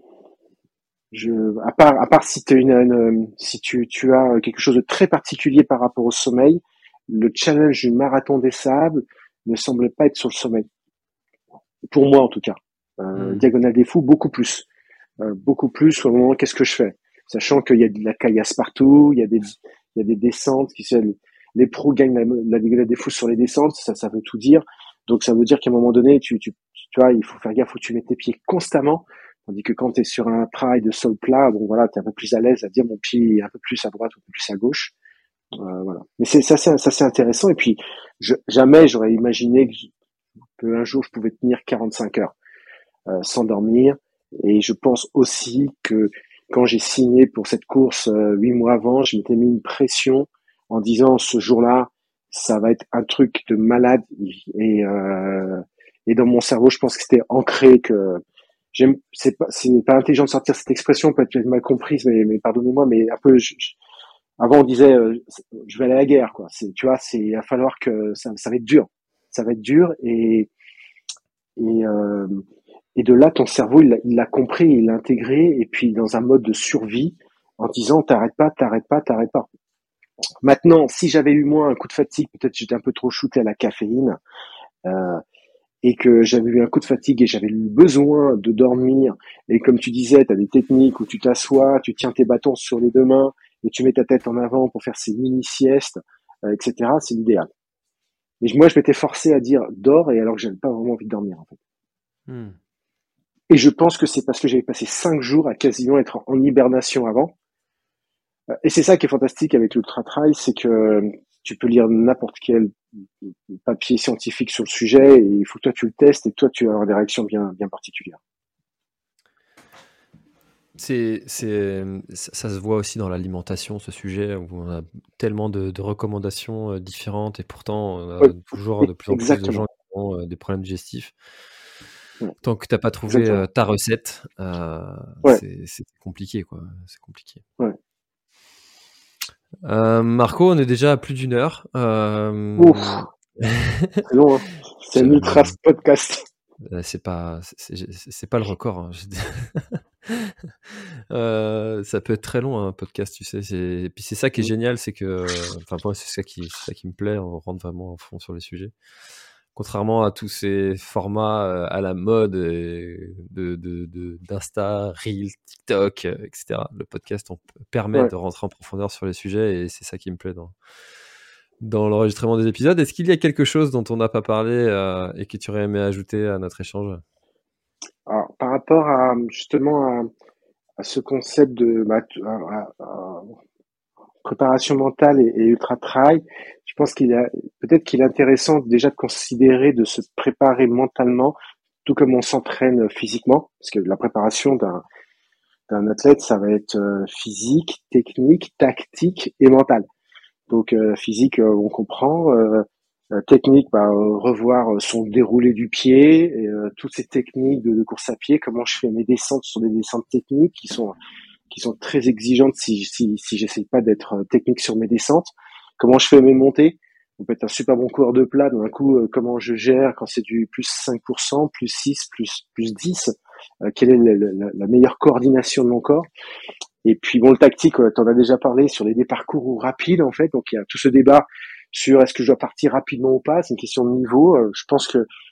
D: je, à part, à part si, t'es une, une, si tu, tu as quelque chose de très particulier par rapport au sommeil, le challenge du marathon des sables ne semble pas être sur le sommeil. Pour moi, en tout cas. Euh, mmh. Diagonale des Fous, beaucoup plus. Euh, beaucoup plus au moment, qu'est-ce que je fais? Sachant qu'il y a de la caillasse partout, il y a des, il y a des descentes qui sont, les pros gagnent la, la Diagonale des Fous sur les descentes, ça, ça veut tout dire. Donc, ça veut dire qu'à un moment donné, tu, tu, tu vois, il faut faire gaffe, faut que tu mettes tes pieds constamment. Tandis que quand tu es sur un trail de sol plat, bon, voilà, t'es un peu plus à l'aise à dire mon pied est un peu plus à droite ou un peu plus à gauche. Euh, voilà. Mais c'est, ça, c'est, ça, c'est intéressant. Et puis, je, jamais j'aurais imaginé que, que un jour je pouvais tenir quarante-cinq heures. Euh, sans dormir, et je pense aussi que quand j'ai signé pour cette course euh, huit mois avant, je m'étais mis une pression en disant ce jour-là ça va être un truc de malade, et euh, et dans mon cerveau je pense que c'était ancré, que j'aime, c'est pas c'est pas intelligent de sortir cette expression, peut être mal comprise, mais, mais pardonnez-moi, mais un peu je, je, avant on disait euh, je vais aller à la guerre, quoi. C'est, tu vois, c'est il va falloir que ça ça va être dur, ça va être dur, et et euh, Et de là, ton cerveau, il l'a, il l'a compris, il l'a intégré, et puis dans un mode de survie, en disant t'arrêtes pas, t'arrêtes pas, t'arrêtes pas. Maintenant, si j'avais eu moins un coup de fatigue, peut-être j'étais un peu trop shooté à la caféine, euh, et que j'avais eu un coup de fatigue et j'avais eu besoin de dormir, et comme tu disais, tu as des techniques où tu t'assois, tu tiens tes bâtons sur les deux mains, et tu mets ta tête en avant pour faire ces mini-siestes, euh, et cetera, c'est l'idéal. Mais moi, je m'étais forcé à dire dors, et alors que j'avais pas vraiment envie de dormir, en fait. Hmm. Et je pense que c'est parce que j'avais passé cinq jours à quasiment être en hibernation avant. Et c'est ça qui est fantastique avec l'Ultra Trail, c'est que tu peux lire n'importe quel papier scientifique sur le sujet, et il faut que toi tu le testes, et que toi tu vas avoir des réactions bien, bien particulières.
E: C'est, c'est, ça se voit aussi dans l'alimentation, ce sujet, où on a tellement de, de recommandations différentes, et pourtant on a ouais, toujours de plus en exactement. plus de gens qui ont des problèmes digestifs. Tant que t'as pas trouvé euh, ta recette, euh, ouais. c'est, c'est compliqué, quoi. C'est compliqué.
D: Ouais.
E: Euh, Marco, on est déjà à plus d'une heure. Euh...
D: Ouf. C'est long, hein. C'est un ultra podcast.
E: C'est pas, c'est, c'est, c'est pas le record. Hein. euh, ça peut être très long, un podcast, tu sais. C'est... Et puis c'est ça qui est génial, c'est que, enfin moi c'est ça qui, c'est ça qui me plaît. On rentre vraiment en fond sur les sujets. Contrairement à tous ces formats à la mode de, de, de, d'Insta, Reel, TikTok, et cetera. Le podcast on permet ouais. de rentrer en profondeur sur les sujets, et c'est ça qui me plaît dans, dans l'enregistrement des épisodes. Est-ce qu'il y a quelque chose dont on n'a pas parlé euh, et que tu aurais aimé ajouter à notre échange ?
D: Alors, par rapport à justement à, à ce concept de bah, à, à, à préparation mentale et, et ultra trail, je pense qu'il a peut-être qu'il est intéressant déjà de considérer de se préparer mentalement, tout comme on s'entraîne physiquement, parce que la préparation d'un d'un athlète, ça va être euh, physique, technique, tactique et mental. Donc euh, physique, euh, on comprend. Euh, technique, bah, euh, revoir son déroulé du pied, et, euh, toutes ces techniques de, de course à pied. Comment je fais mes descentes, ce sont des descentes techniques qui sont qui sont très exigeantes si si si j'essaie pas d'être technique sur mes descentes. Comment je fais mes montées. On peut être un super bon coureur de plat, d'un coup, euh, comment je gère quand c'est du plus cinq pour cent, plus six, plus plus dix. Euh, quelle est la, la, la meilleure coordination de mon corps. Et puis bon, le tactique, euh, t'en as déjà parlé sur les départs courts ou rapides, en fait. Donc il y a tout ce débat sur est-ce que je dois partir rapidement ou pas. C'est une question de niveau. Euh, je pense que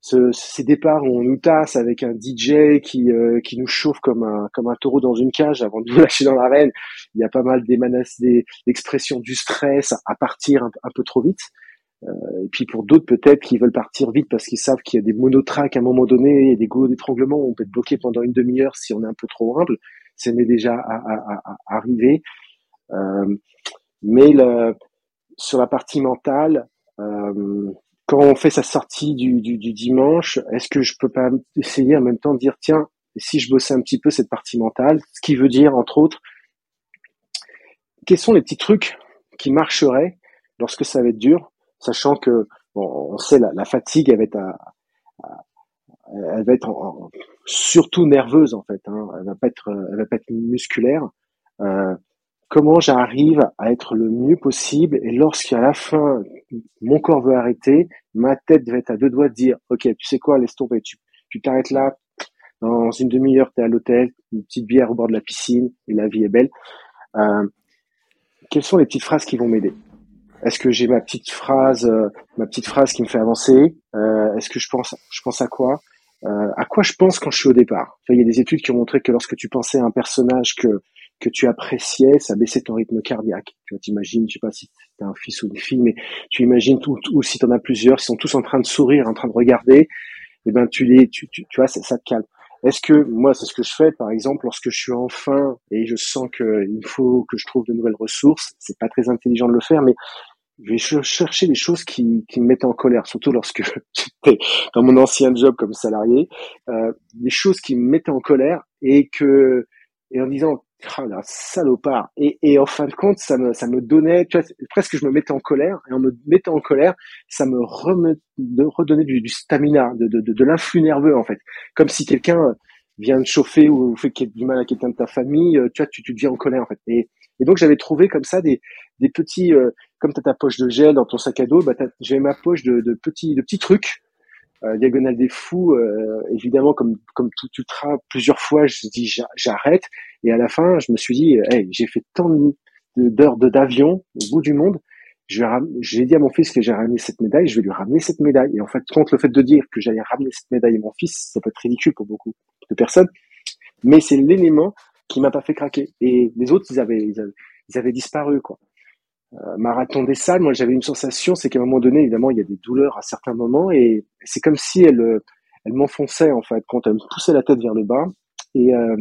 D: ce, ces départs où on nous tasse avec un D J qui euh, qui nous chauffe comme un comme un taureau dans une cage avant de nous lâcher dans l'arène. Il y a pas mal d'émanations, d'expressions du stress à partir un, un peu trop vite. Euh, et puis pour d'autres peut-être qui veulent partir vite parce qu'ils savent qu'il y a des monotracks à un moment donné, et des goulots d'étranglement où on peut être bloqué pendant une demi-heure si on est un peu trop humble. Ça m'est déjà à, à, à, à arriver. Euh, mais le, sur la partie mentale, euh, quand on fait sa sortie du, du, du dimanche, est-ce que je peux pas essayer en même temps de dire tiens, si je bossais un petit peu cette partie mentale, ce qui veut dire entre autres, quels sont les petits trucs qui marcheraient lorsque ça va être dur, sachant que bon, on sait la, la fatigue elle va être à, à, elle va être en, en, surtout nerveuse en fait, hein, elle va pas être elle va pas être musculaire. Euh, comment j'arrive à être le mieux possible, et lorsqu'à la fin mon corps veut arrêter, ma tête va être à deux doigts de dire ok, tu sais quoi, laisse tomber, tu tu t'arrêtes là, dans une demi-heure t'es à l'hôtel, une petite bière au bord de la piscine et la vie est belle. Euh, quelles sont les petites phrases qui vont m'aider? Est-ce que j'ai ma petite phrase, euh, ma petite phrase qui me fait avancer? euh, Est-ce que je pense, je pense à quoi? Euh, à quoi je pense quand je suis au départ? Il y a des études qui ont montré que lorsque tu pensais à un personnage que que tu appréciais, ça baissait ton rythme cardiaque. Tu vois, t'imagines, je sais pas si t'as un fils ou une fille, mais tu imagines tout, ou si t'en as plusieurs, ils sont tous en train de sourire, en train de regarder, et ben tu les, tu, tu, tu vois, ça, ça te calme. Est-ce que moi, c'est ce que je fais, par exemple, lorsque je suis en faim et je sens qu'il faut que je trouve de nouvelles ressources, c'est pas très intelligent de le faire, mais je vais chercher des choses qui, qui me mettent en colère, surtout lorsque j'étais dans mon ancien job comme salarié, euh, des choses qui me mettaient en colère et que, et en disant, ah, la salopard. Et, et en fin de compte, ça me, ça me donnait, tu vois, presque je me mettais en colère, et en me mettant en colère, ça me remet, de redonnait du, du stamina, de, de, de, de l'influx nerveux, en fait. Comme si quelqu'un vient te chauffer ou fait du mal à quelqu'un de ta famille, tu vois, tu, tu deviens en colère, en fait. Et, et donc, j'avais trouvé comme ça des, des petits, euh, comme t'as ta poche de gel dans ton sac à dos, bah, j'avais ma poche de, de petits, de petits trucs. Euh, Diagonale des fous, euh, évidemment, comme comme tout ultra, plusieurs fois, je dis j'arrête, et à la fin, je me suis dit, hey, j'ai fait tant d'heures de d'avion au bout du monde, je vais ram... j'ai dit à mon fils que j'ai ramené cette médaille, je vais lui ramener cette médaille. Et en fait, contre le fait de dire que j'allais ramener cette médaille à mon fils, ça peut être ridicule pour beaucoup de personnes, mais c'est l'élément qui m'a pas fait craquer. Et les autres, ils avaient ils avaient, ils avaient disparu, quoi. Euh, marathon des salles, moi j'avais une sensation, c'est qu'à un moment donné, évidemment, il y a des douleurs à certains moments, et c'est comme si elle, elle m'enfonçait en fait, quand elle me poussait la tête vers le bas, et euh,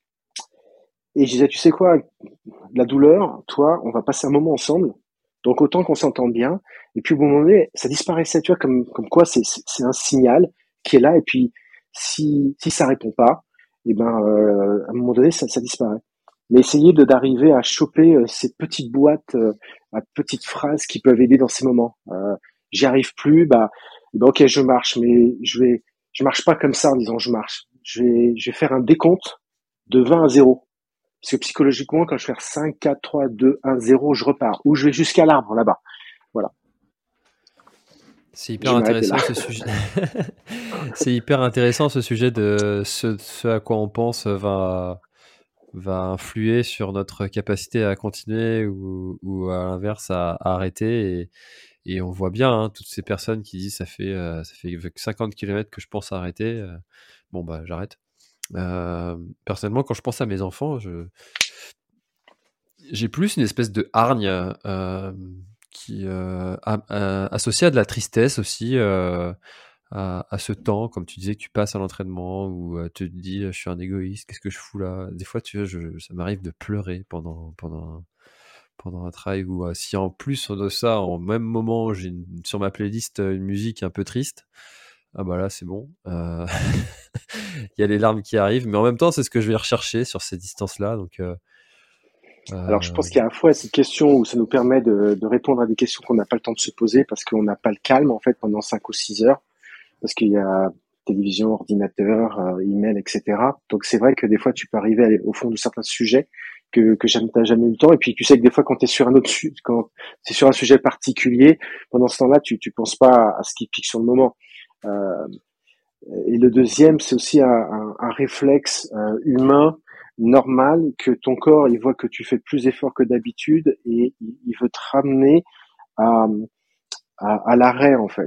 D: et je disais, tu sais quoi, la douleur, toi, on va passer un moment ensemble, donc autant qu'on s'entende bien, et puis au bon moment donné, ça disparaissait, tu vois, comme comme quoi c'est c'est un signal qui est là, et puis si si ça répond pas, et ben euh, à un moment donné, ça ça disparaît. Mais essayer de d'arriver à choper euh, ces petites boîtes euh, à petites phrases qui peuvent aider dans ces moments. Euh, j'y arrive plus, bah, bah ok, je marche, mais je vais, je marche pas comme ça en disant je marche. Je vais, je vais faire un décompte de vingt à zéro. Parce que psychologiquement, quand je fais cinq, quatre, trois, deux, un, zéro, je repars. Ou je vais jusqu'à l'arbre là-bas. Voilà.
E: C'est hyper intéressant ce sujet. C'est hyper intéressant ce sujet de ce, ce à quoi on pense va va influer sur notre capacité à continuer ou, ou à l'inverse à, à arrêter, et, et on voit bien hein, toutes ces personnes qui disent ça fait euh, ça fait cinquante kilomètres que je pense arrêter, euh, bon bah j'arrête. Euh, personnellement, quand je pense à mes enfants, je j'ai plus une espèce de hargne euh, qui euh, a, a, associée à de la tristesse aussi, euh, À, à ce temps, comme tu disais, que tu passes à l'entraînement, ou euh, tu te dis je suis un égoïste, qu'est-ce que je fous là? Des fois, tu vois, je, ça m'arrive de pleurer pendant pendant pendant un travail, ou euh, si en plus de ça, en même moment, j'ai une, sur ma playlist une musique un peu triste, ah bah là c'est bon, euh... il y a les larmes qui arrivent, mais en même temps c'est ce que je vais rechercher sur ces distances-là, donc. Euh...
D: Alors je pense qu'il y a à la fois cette question où ça nous permet de, de répondre à des questions qu'on n'a pas le temps de se poser parce qu'on n'a pas le calme en fait pendant cinq ou six heures. Parce qu'il y a télévision, ordinateur, euh, email, et cetera. Donc c'est vrai que des fois tu peux arriver à aller au fond de certains sujets que que t'as jamais eu le temps. Et puis tu sais que des fois quand t'es sur un autre su- quand c'est sur un sujet particulier, pendant ce temps-là tu tu penses pas à ce qui pique sur le moment. Euh, et le deuxième c'est aussi un, un, un réflexe euh, humain normal que ton corps il voit que tu fais plus d'efforts que d'habitude et il, il veut te ramener à à, à l'arrêt en fait.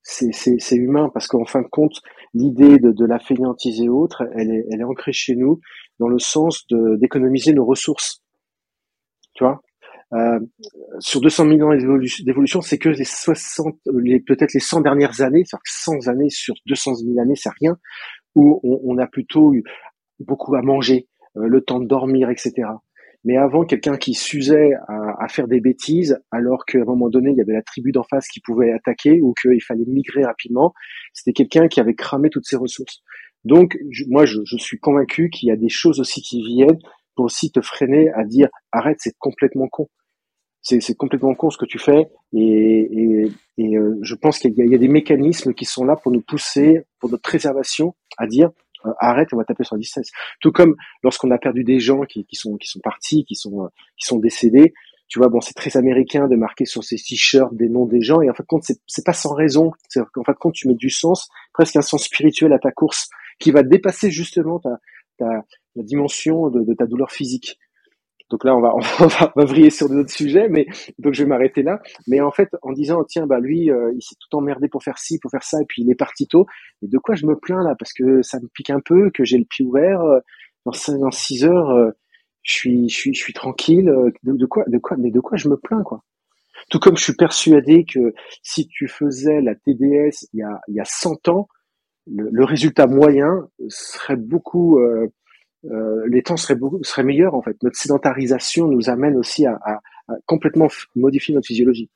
D: c'est, c'est, c'est humain parce qu'en fin de compte, l'idée de, de la fainéantise et autres, elle est, elle est ancrée chez nous dans le sens de, d'économiser nos ressources. Tu vois, euh, sur deux cents mille ans d'évolution, d'évolution, c'est que les soixante, les, peut-être les cent dernières années, c'est-à-dire que cent années sur deux cent mille années, c'est rien, où on, on a plutôt eu beaucoup à manger, euh, le temps de dormir, et cetera. Mais avant, quelqu'un qui s'usait à, à faire des bêtises, alors qu'à un moment donné, il y avait la tribu d'en face qui pouvait attaquer ou qu'il fallait migrer rapidement, c'était quelqu'un qui avait cramé toutes ses ressources. Donc, je, moi, je, je suis convaincu qu'il y a des choses aussi qui viennent pour aussi te freiner à dire « arrête, c'est complètement con ». C'est, c'est complètement con ce que tu fais et, et, et euh, je pense qu'il y a, il y a des mécanismes qui sont là pour nous pousser, pour notre préservation, à dire euh, arrête, on va taper sur la distance. Tout comme lorsqu'on a perdu des gens qui, qui sont qui sont partis, qui sont euh, qui sont décédés. Tu vois, bon, c'est très américain de marquer sur ses t-shirts des noms des gens et en fin de compte, c'est, c'est pas sans raison. C'est qu'en fin de compte, tu mets du sens, presque un sens spirituel à ta course qui va dépasser justement ta ta la dimension de, de ta douleur physique. Donc là, on va, on va, on va vriller sur d'autres sujets, mais donc je vais m'arrêter là. Mais en fait, en disant tiens, bah lui, euh, il s'est tout emmerdé pour faire ci, pour faire ça, et puis il est parti tôt. Et de quoi je me plains là? Parce que ça me pique un peu, que j'ai le pied ouvert. Euh, dans, dans six heures, euh, je suis, je suis, je suis tranquille. Euh, de, de quoi, de quoi, mais de quoi je me plains quoi? Tout comme je suis persuadé que si tu faisais la T D S il y a, il y a cent ans, le, le résultat moyen serait beaucoup euh, Euh, les temps seraient beaucoup seraient meilleurs en fait. Notre sédentarisation nous amène aussi à, à, à complètement f- modifier notre physiologie.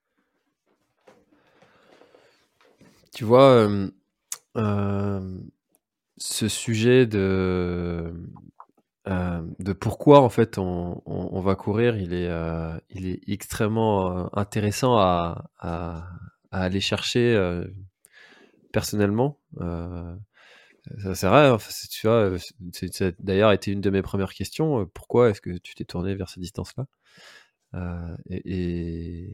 E: Tu vois, euh, euh, ce sujet de, euh, de pourquoi en fait on, on, on va courir, il est, euh, il est extrêmement euh, intéressant à, à, à aller chercher euh, personnellement. Euh, ça, c'est vrai, hein, c'est- tu vois, c'est, ça a d'ailleurs été une de mes premières questions. euh, Pourquoi est-ce que tu t'es tourné vers cette distance-là? Euh, et, et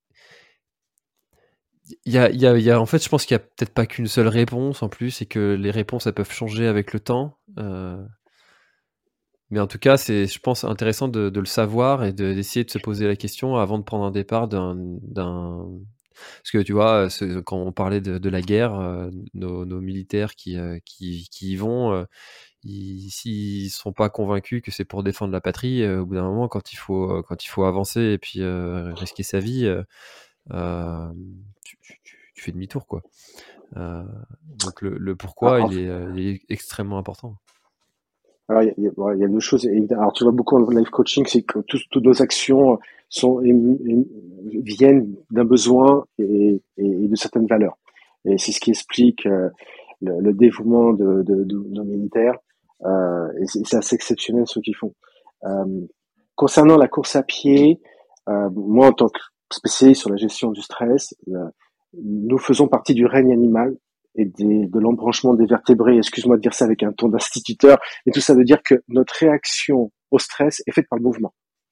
E: il y a, il y a, il y a, en fait, je pense qu'il y a peut-être pas qu'une seule réponse en plus, et que les réponses elles peuvent changer avec le temps. Euh, mais en tout cas, c'est, je pense, intéressant de, de le savoir et de, d'essayer de se poser la question avant de prendre un départ d'un, d'un... Parce que tu vois, ce- quand on parlait de, de la guerre, euh, nos, nos militaires qui, euh, qui, qui y vont, euh, ils, s'ils sont pas convaincus que c'est pour défendre la patrie, euh, au bout d'un moment, quand il faut, euh, quand il faut avancer et puis euh, risquer sa vie, euh, euh, tu, tu, tu- tu fais demi-tour, quoi. Euh, donc le, le
D: Ah,
E: pourquoi,
D: en
E: il
D: fait,
E: est, euh, il est extrêmement important.
D: alors il y a, il y a- bon, il y a deux choses. évidemment. Alors tu vois beaucoup en life coaching, c'est que tous- toutes nos actions sont ému- ému- viennent d'un besoin et, et, et de certaines valeurs. Et c'est ce qui explique euh, le, le dévouement de, de, de nos militaires. Euh, et c'est, c'est assez exceptionnel ce qu'ils font. Euh, Concernant la course à pied, euh, moi en tant que spécialiste sur la gestion du stress, euh, nous faisons partie du règne animal et des, de l'embranchement des vertébrés. Excuse-moi de dire ça avec un ton d'instituteur, mais tout ça veut dire que notre réaction au stress est faite par le mouvement.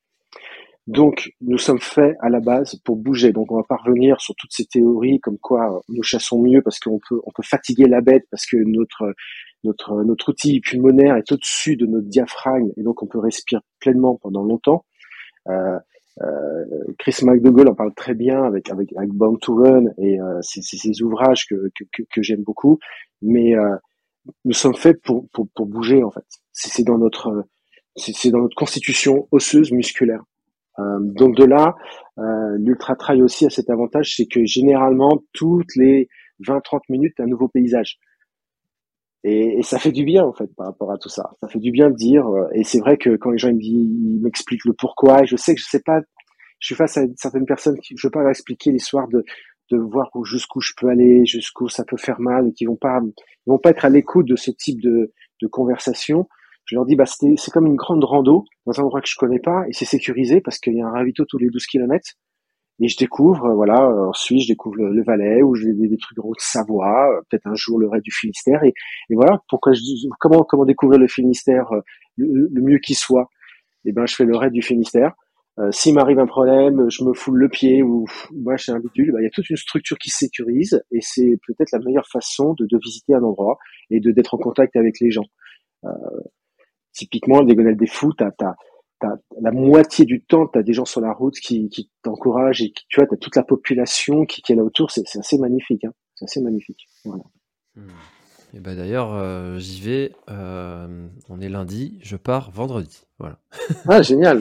D: Donc, nous sommes faits à la base pour bouger. Donc, on va pas revenir sur toutes ces théories comme quoi nous chassons mieux parce qu'on peut, on peut fatiguer la bête parce que notre, notre, notre outil pulmonaire est au-dessus de notre diaphragme et donc on peut respirer pleinement pendant longtemps. Euh, euh, Chris McDougall en parle très bien avec avec, avec Born to Run et euh, c'est ces ouvrages que, que, que, que j'aime beaucoup. Mais euh, nous sommes faits pour, pour, pour bouger en fait. C'est, c'est dans notre c'est, c'est dans notre constitution osseuse musculaire. Euh, donc de là, euh, l'ultra trail aussi a cet avantage, c'est que généralement toutes les vingt trente minutes, un nouveau paysage. Et, et ça fait du bien en fait par rapport à tout ça. Ça fait du bien de dire. euh, Et c'est vrai que quand les gens ils me disent, ils m'expliquent le pourquoi, et je sais que je sais pas. Je suis face à certaines personnes qui, je veux pas leur expliquer l'histoire de de voir où, jusqu'où je peux aller, jusqu'où ça peut faire mal, et qui vont pas, ils vont pas être à l'écoute de ce type de de conversation. Je leur dis, bah c'était, c'est comme une grande rando dans un endroit que je connais pas, et c'est sécurisé parce qu'il y a un ravito tous les douze kilomètres. Et je découvre, euh, voilà, euh, en Suisse, je découvre le, le Valais, ou j'ai des, des trucs en Haute-Savoie, euh, peut-être un jour le raid du Finistère. Et, et voilà, pourquoi je, comment, comment découvrir le Finistère euh, le, le mieux qu'il soit. Eh ben, je fais le raid du Finistère. Euh, s'il m'arrive un problème, je me foule le pied ou moi j'ai un bidule, ben, il y a toute une structure qui se sécurise et c'est peut-être la meilleure façon de, de visiter un endroit et de d'être en contact avec les gens. Euh, Typiquement, le Diagonale des Fous, t'as, t'as, t'as la moitié du temps, t'as des gens sur la route qui, qui t'encouragent et qui, tu vois, t'as toute la population qui, qui est là autour. C'est, c'est assez magnifique. Hein. c'est assez magnifique. Voilà.
E: Et bah d'ailleurs, euh, j'y vais. Euh, on est lundi, je pars vendredi. Voilà.
D: Ah, génial.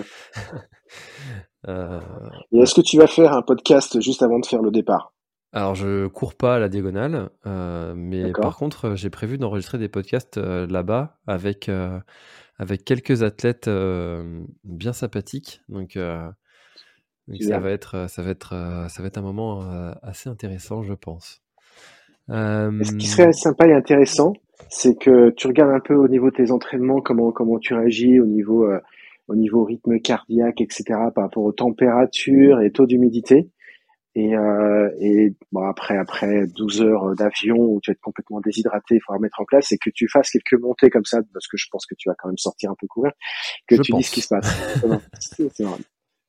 E: euh,
D: Et est-ce que tu vas faire un podcast juste avant de faire le départ?
E: Alors, je cours pas à la diagonale, euh, mais
D: D'accord.
E: par contre, j'ai prévu d'enregistrer des podcasts euh, là-bas avec euh, avec quelques athlètes euh, bien sympathiques. Donc, euh, donc ça va être ça va être euh, ça va être un moment euh, assez intéressant, je pense. Euh...
D: Et ce qui serait sympa et intéressant, c'est que tu regardes un peu au niveau de tes entraînements, comment comment tu réagis au niveau euh, au niveau rythme cardiaque, et cetera, par rapport aux températures et taux d'humidité. Et, euh, et bon, après après douze heures d'avion où tu vas être complètement déshydraté, il faudra mettre en place, et que tu fasses quelques montées comme ça, parce que je pense que tu vas quand même sortir un peu courir, que
E: je
D: tu
E: pense.
D: dis ce qui se passe. c'est, c'est vrai.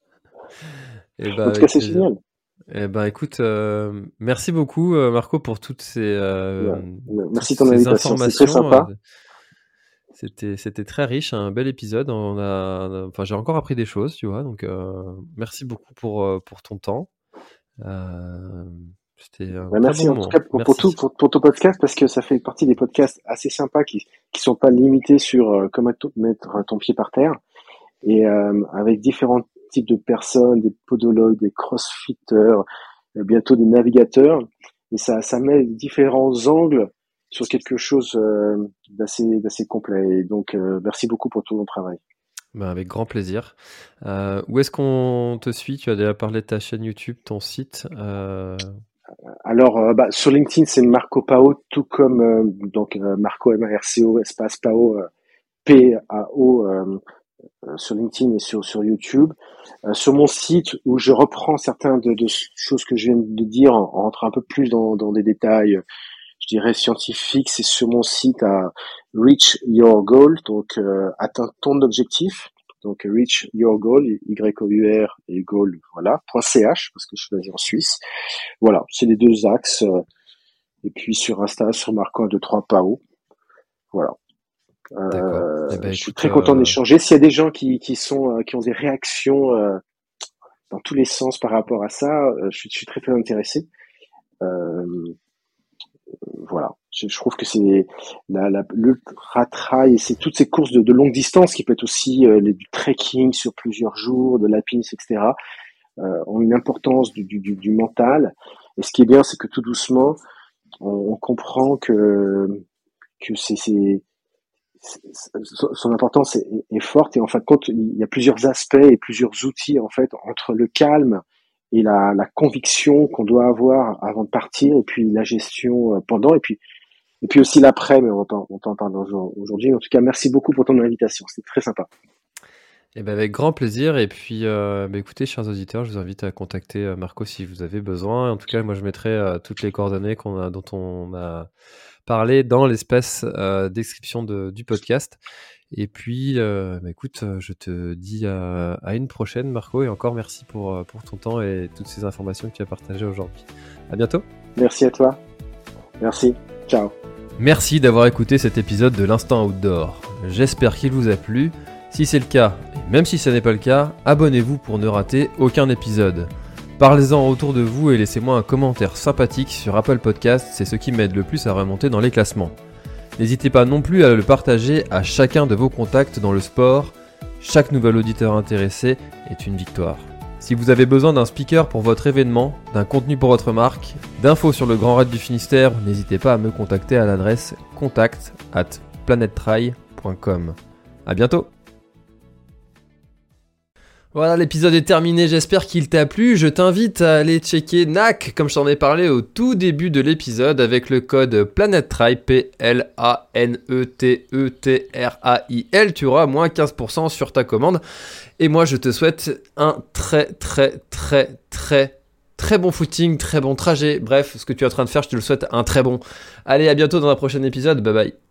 E: Et bah,
D: en tout cas, c'est plaisir. Génial.
E: Eh ben, écoute, euh, merci beaucoup, euh, Marco, pour toutes ces, euh,
D: ouais, merci
E: toutes
D: ton
E: ces
D: invitation,
E: informations.
D: C'est très sympa.
E: Euh, c'était, c'était très riche, un bel épisode. On a, enfin, j'ai encore appris des choses, tu vois. Donc, euh, merci beaucoup pour pour ton temps. Euh, c'était un
D: ouais,
E: très
D: merci
E: bon
D: en
E: moment.
D: tout cas pour,
E: merci.
D: pour tout pour, pour ton podcast, parce que ça fait partie des podcasts assez sympas qui qui sont pas limités sur euh, comment mettre ton pied par terre, et euh, avec différents types de personnes, des podologues, des crossfitters, euh, bientôt des navigateurs, et ça ça met différents angles sur quelque chose euh, d'assez d'assez complet. Et donc euh, merci beaucoup pour tout ton travail.
E: Ben avec grand plaisir. Euh, où est-ce qu'on te suit? Tu as déjà parlé de ta chaîne YouTube, ton site. Euh...
D: Alors, euh, bah, sur LinkedIn, c'est Marco Pao, tout comme euh, donc euh, Marco M A R C O espace Pao euh, P A O euh, euh, sur LinkedIn et sur sur YouTube. Euh, sur mon site, où je reprends certains de, de choses que je viens de dire, en, en rentrant un peu plus dans dans des détails, je dirais scientifiques, c'est sur mon site à Reach Your Goal, donc euh, atteins ton objectif. Donc Reach Your Goal, Y O U R et Goal, voilà, .ch, parce que je suis basé en Suisse. Voilà, c'est les deux axes. Et puis sur Insta, sur Marco un deux trois Pao. Voilà. Euh, eh ben, je suis très content euh... d'échanger. S'il y a des gens qui qui sont euh, qui ont des réactions euh, dans tous les sens par rapport à ça, euh, je suis je suis très très intéressé. Euh, voilà, je, je trouve que c'est la, la l'ultra trail, et c'est toutes ces courses de, de longue distance qui peut être aussi euh, les, du trekking sur plusieurs jours, de l'alpinisme, et cetera. Euh, ont une importance du, du, du, du mental. Et ce qui est bien, c'est que tout doucement, on, on comprend que que c'est, c'est, c'est son importance est, est forte, et en fin de compte, il y a plusieurs aspects et plusieurs outils en fait entre le calme et la, la conviction qu'on doit avoir avant de partir, et puis la gestion pendant, et puis et puis aussi l'après, mais on t'en, on t'en parle aujourd'hui. En tout cas, merci beaucoup pour ton invitation, c'était très sympa.
E: Eh ben avec grand plaisir. Et puis, euh, bah écoutez, chers auditeurs, je vous invite à contacter Marco si vous avez besoin. En tout cas, moi, je mettrai euh, toutes les coordonnées qu'on a, dont on a parlé dans l'espace euh, description de, du podcast. Et puis, euh, bah écoute, je te dis à, à une prochaine, Marco, et encore merci pour, pour ton temps et toutes ces informations que tu as partagées aujourd'hui. À bientôt.
D: Merci à toi. Merci. Ciao.
E: Merci d'avoir écouté cet épisode de l'Instant Outdoor. J'espère qu'il vous a plu. Si c'est le cas, et même si ce n'est pas le cas, abonnez-vous pour ne rater aucun épisode. Parlez-en autour de vous et laissez-moi un commentaire sympathique sur Apple Podcasts, c'est ce qui m'aide le plus à remonter dans les classements. N'hésitez pas non plus à le partager à chacun de vos contacts dans le sport. Chaque nouvel auditeur intéressé est une victoire. Si vous avez besoin d'un speaker pour votre événement, d'un contenu pour votre marque, d'infos sur le Grand Raid du Finistère, n'hésitez pas à me contacter à l'adresse contact arobase planettrail point com. À bientôt. Voilà, l'épisode est terminé, j'espère qu'il t'a plu. Je t'invite à aller checker N A C, comme je t'en ai parlé au tout début de l'épisode, avec le code PlanetTrail, P L A N E T E T R A I L. Tu auras moins quinze pour cent sur ta commande. Et moi, je te souhaite un très, très, très, très, très bon footing, très bon trajet. Bref, ce que tu es en train de faire, je te le souhaite un très bon. Allez, à bientôt dans un prochain épisode. Bye bye.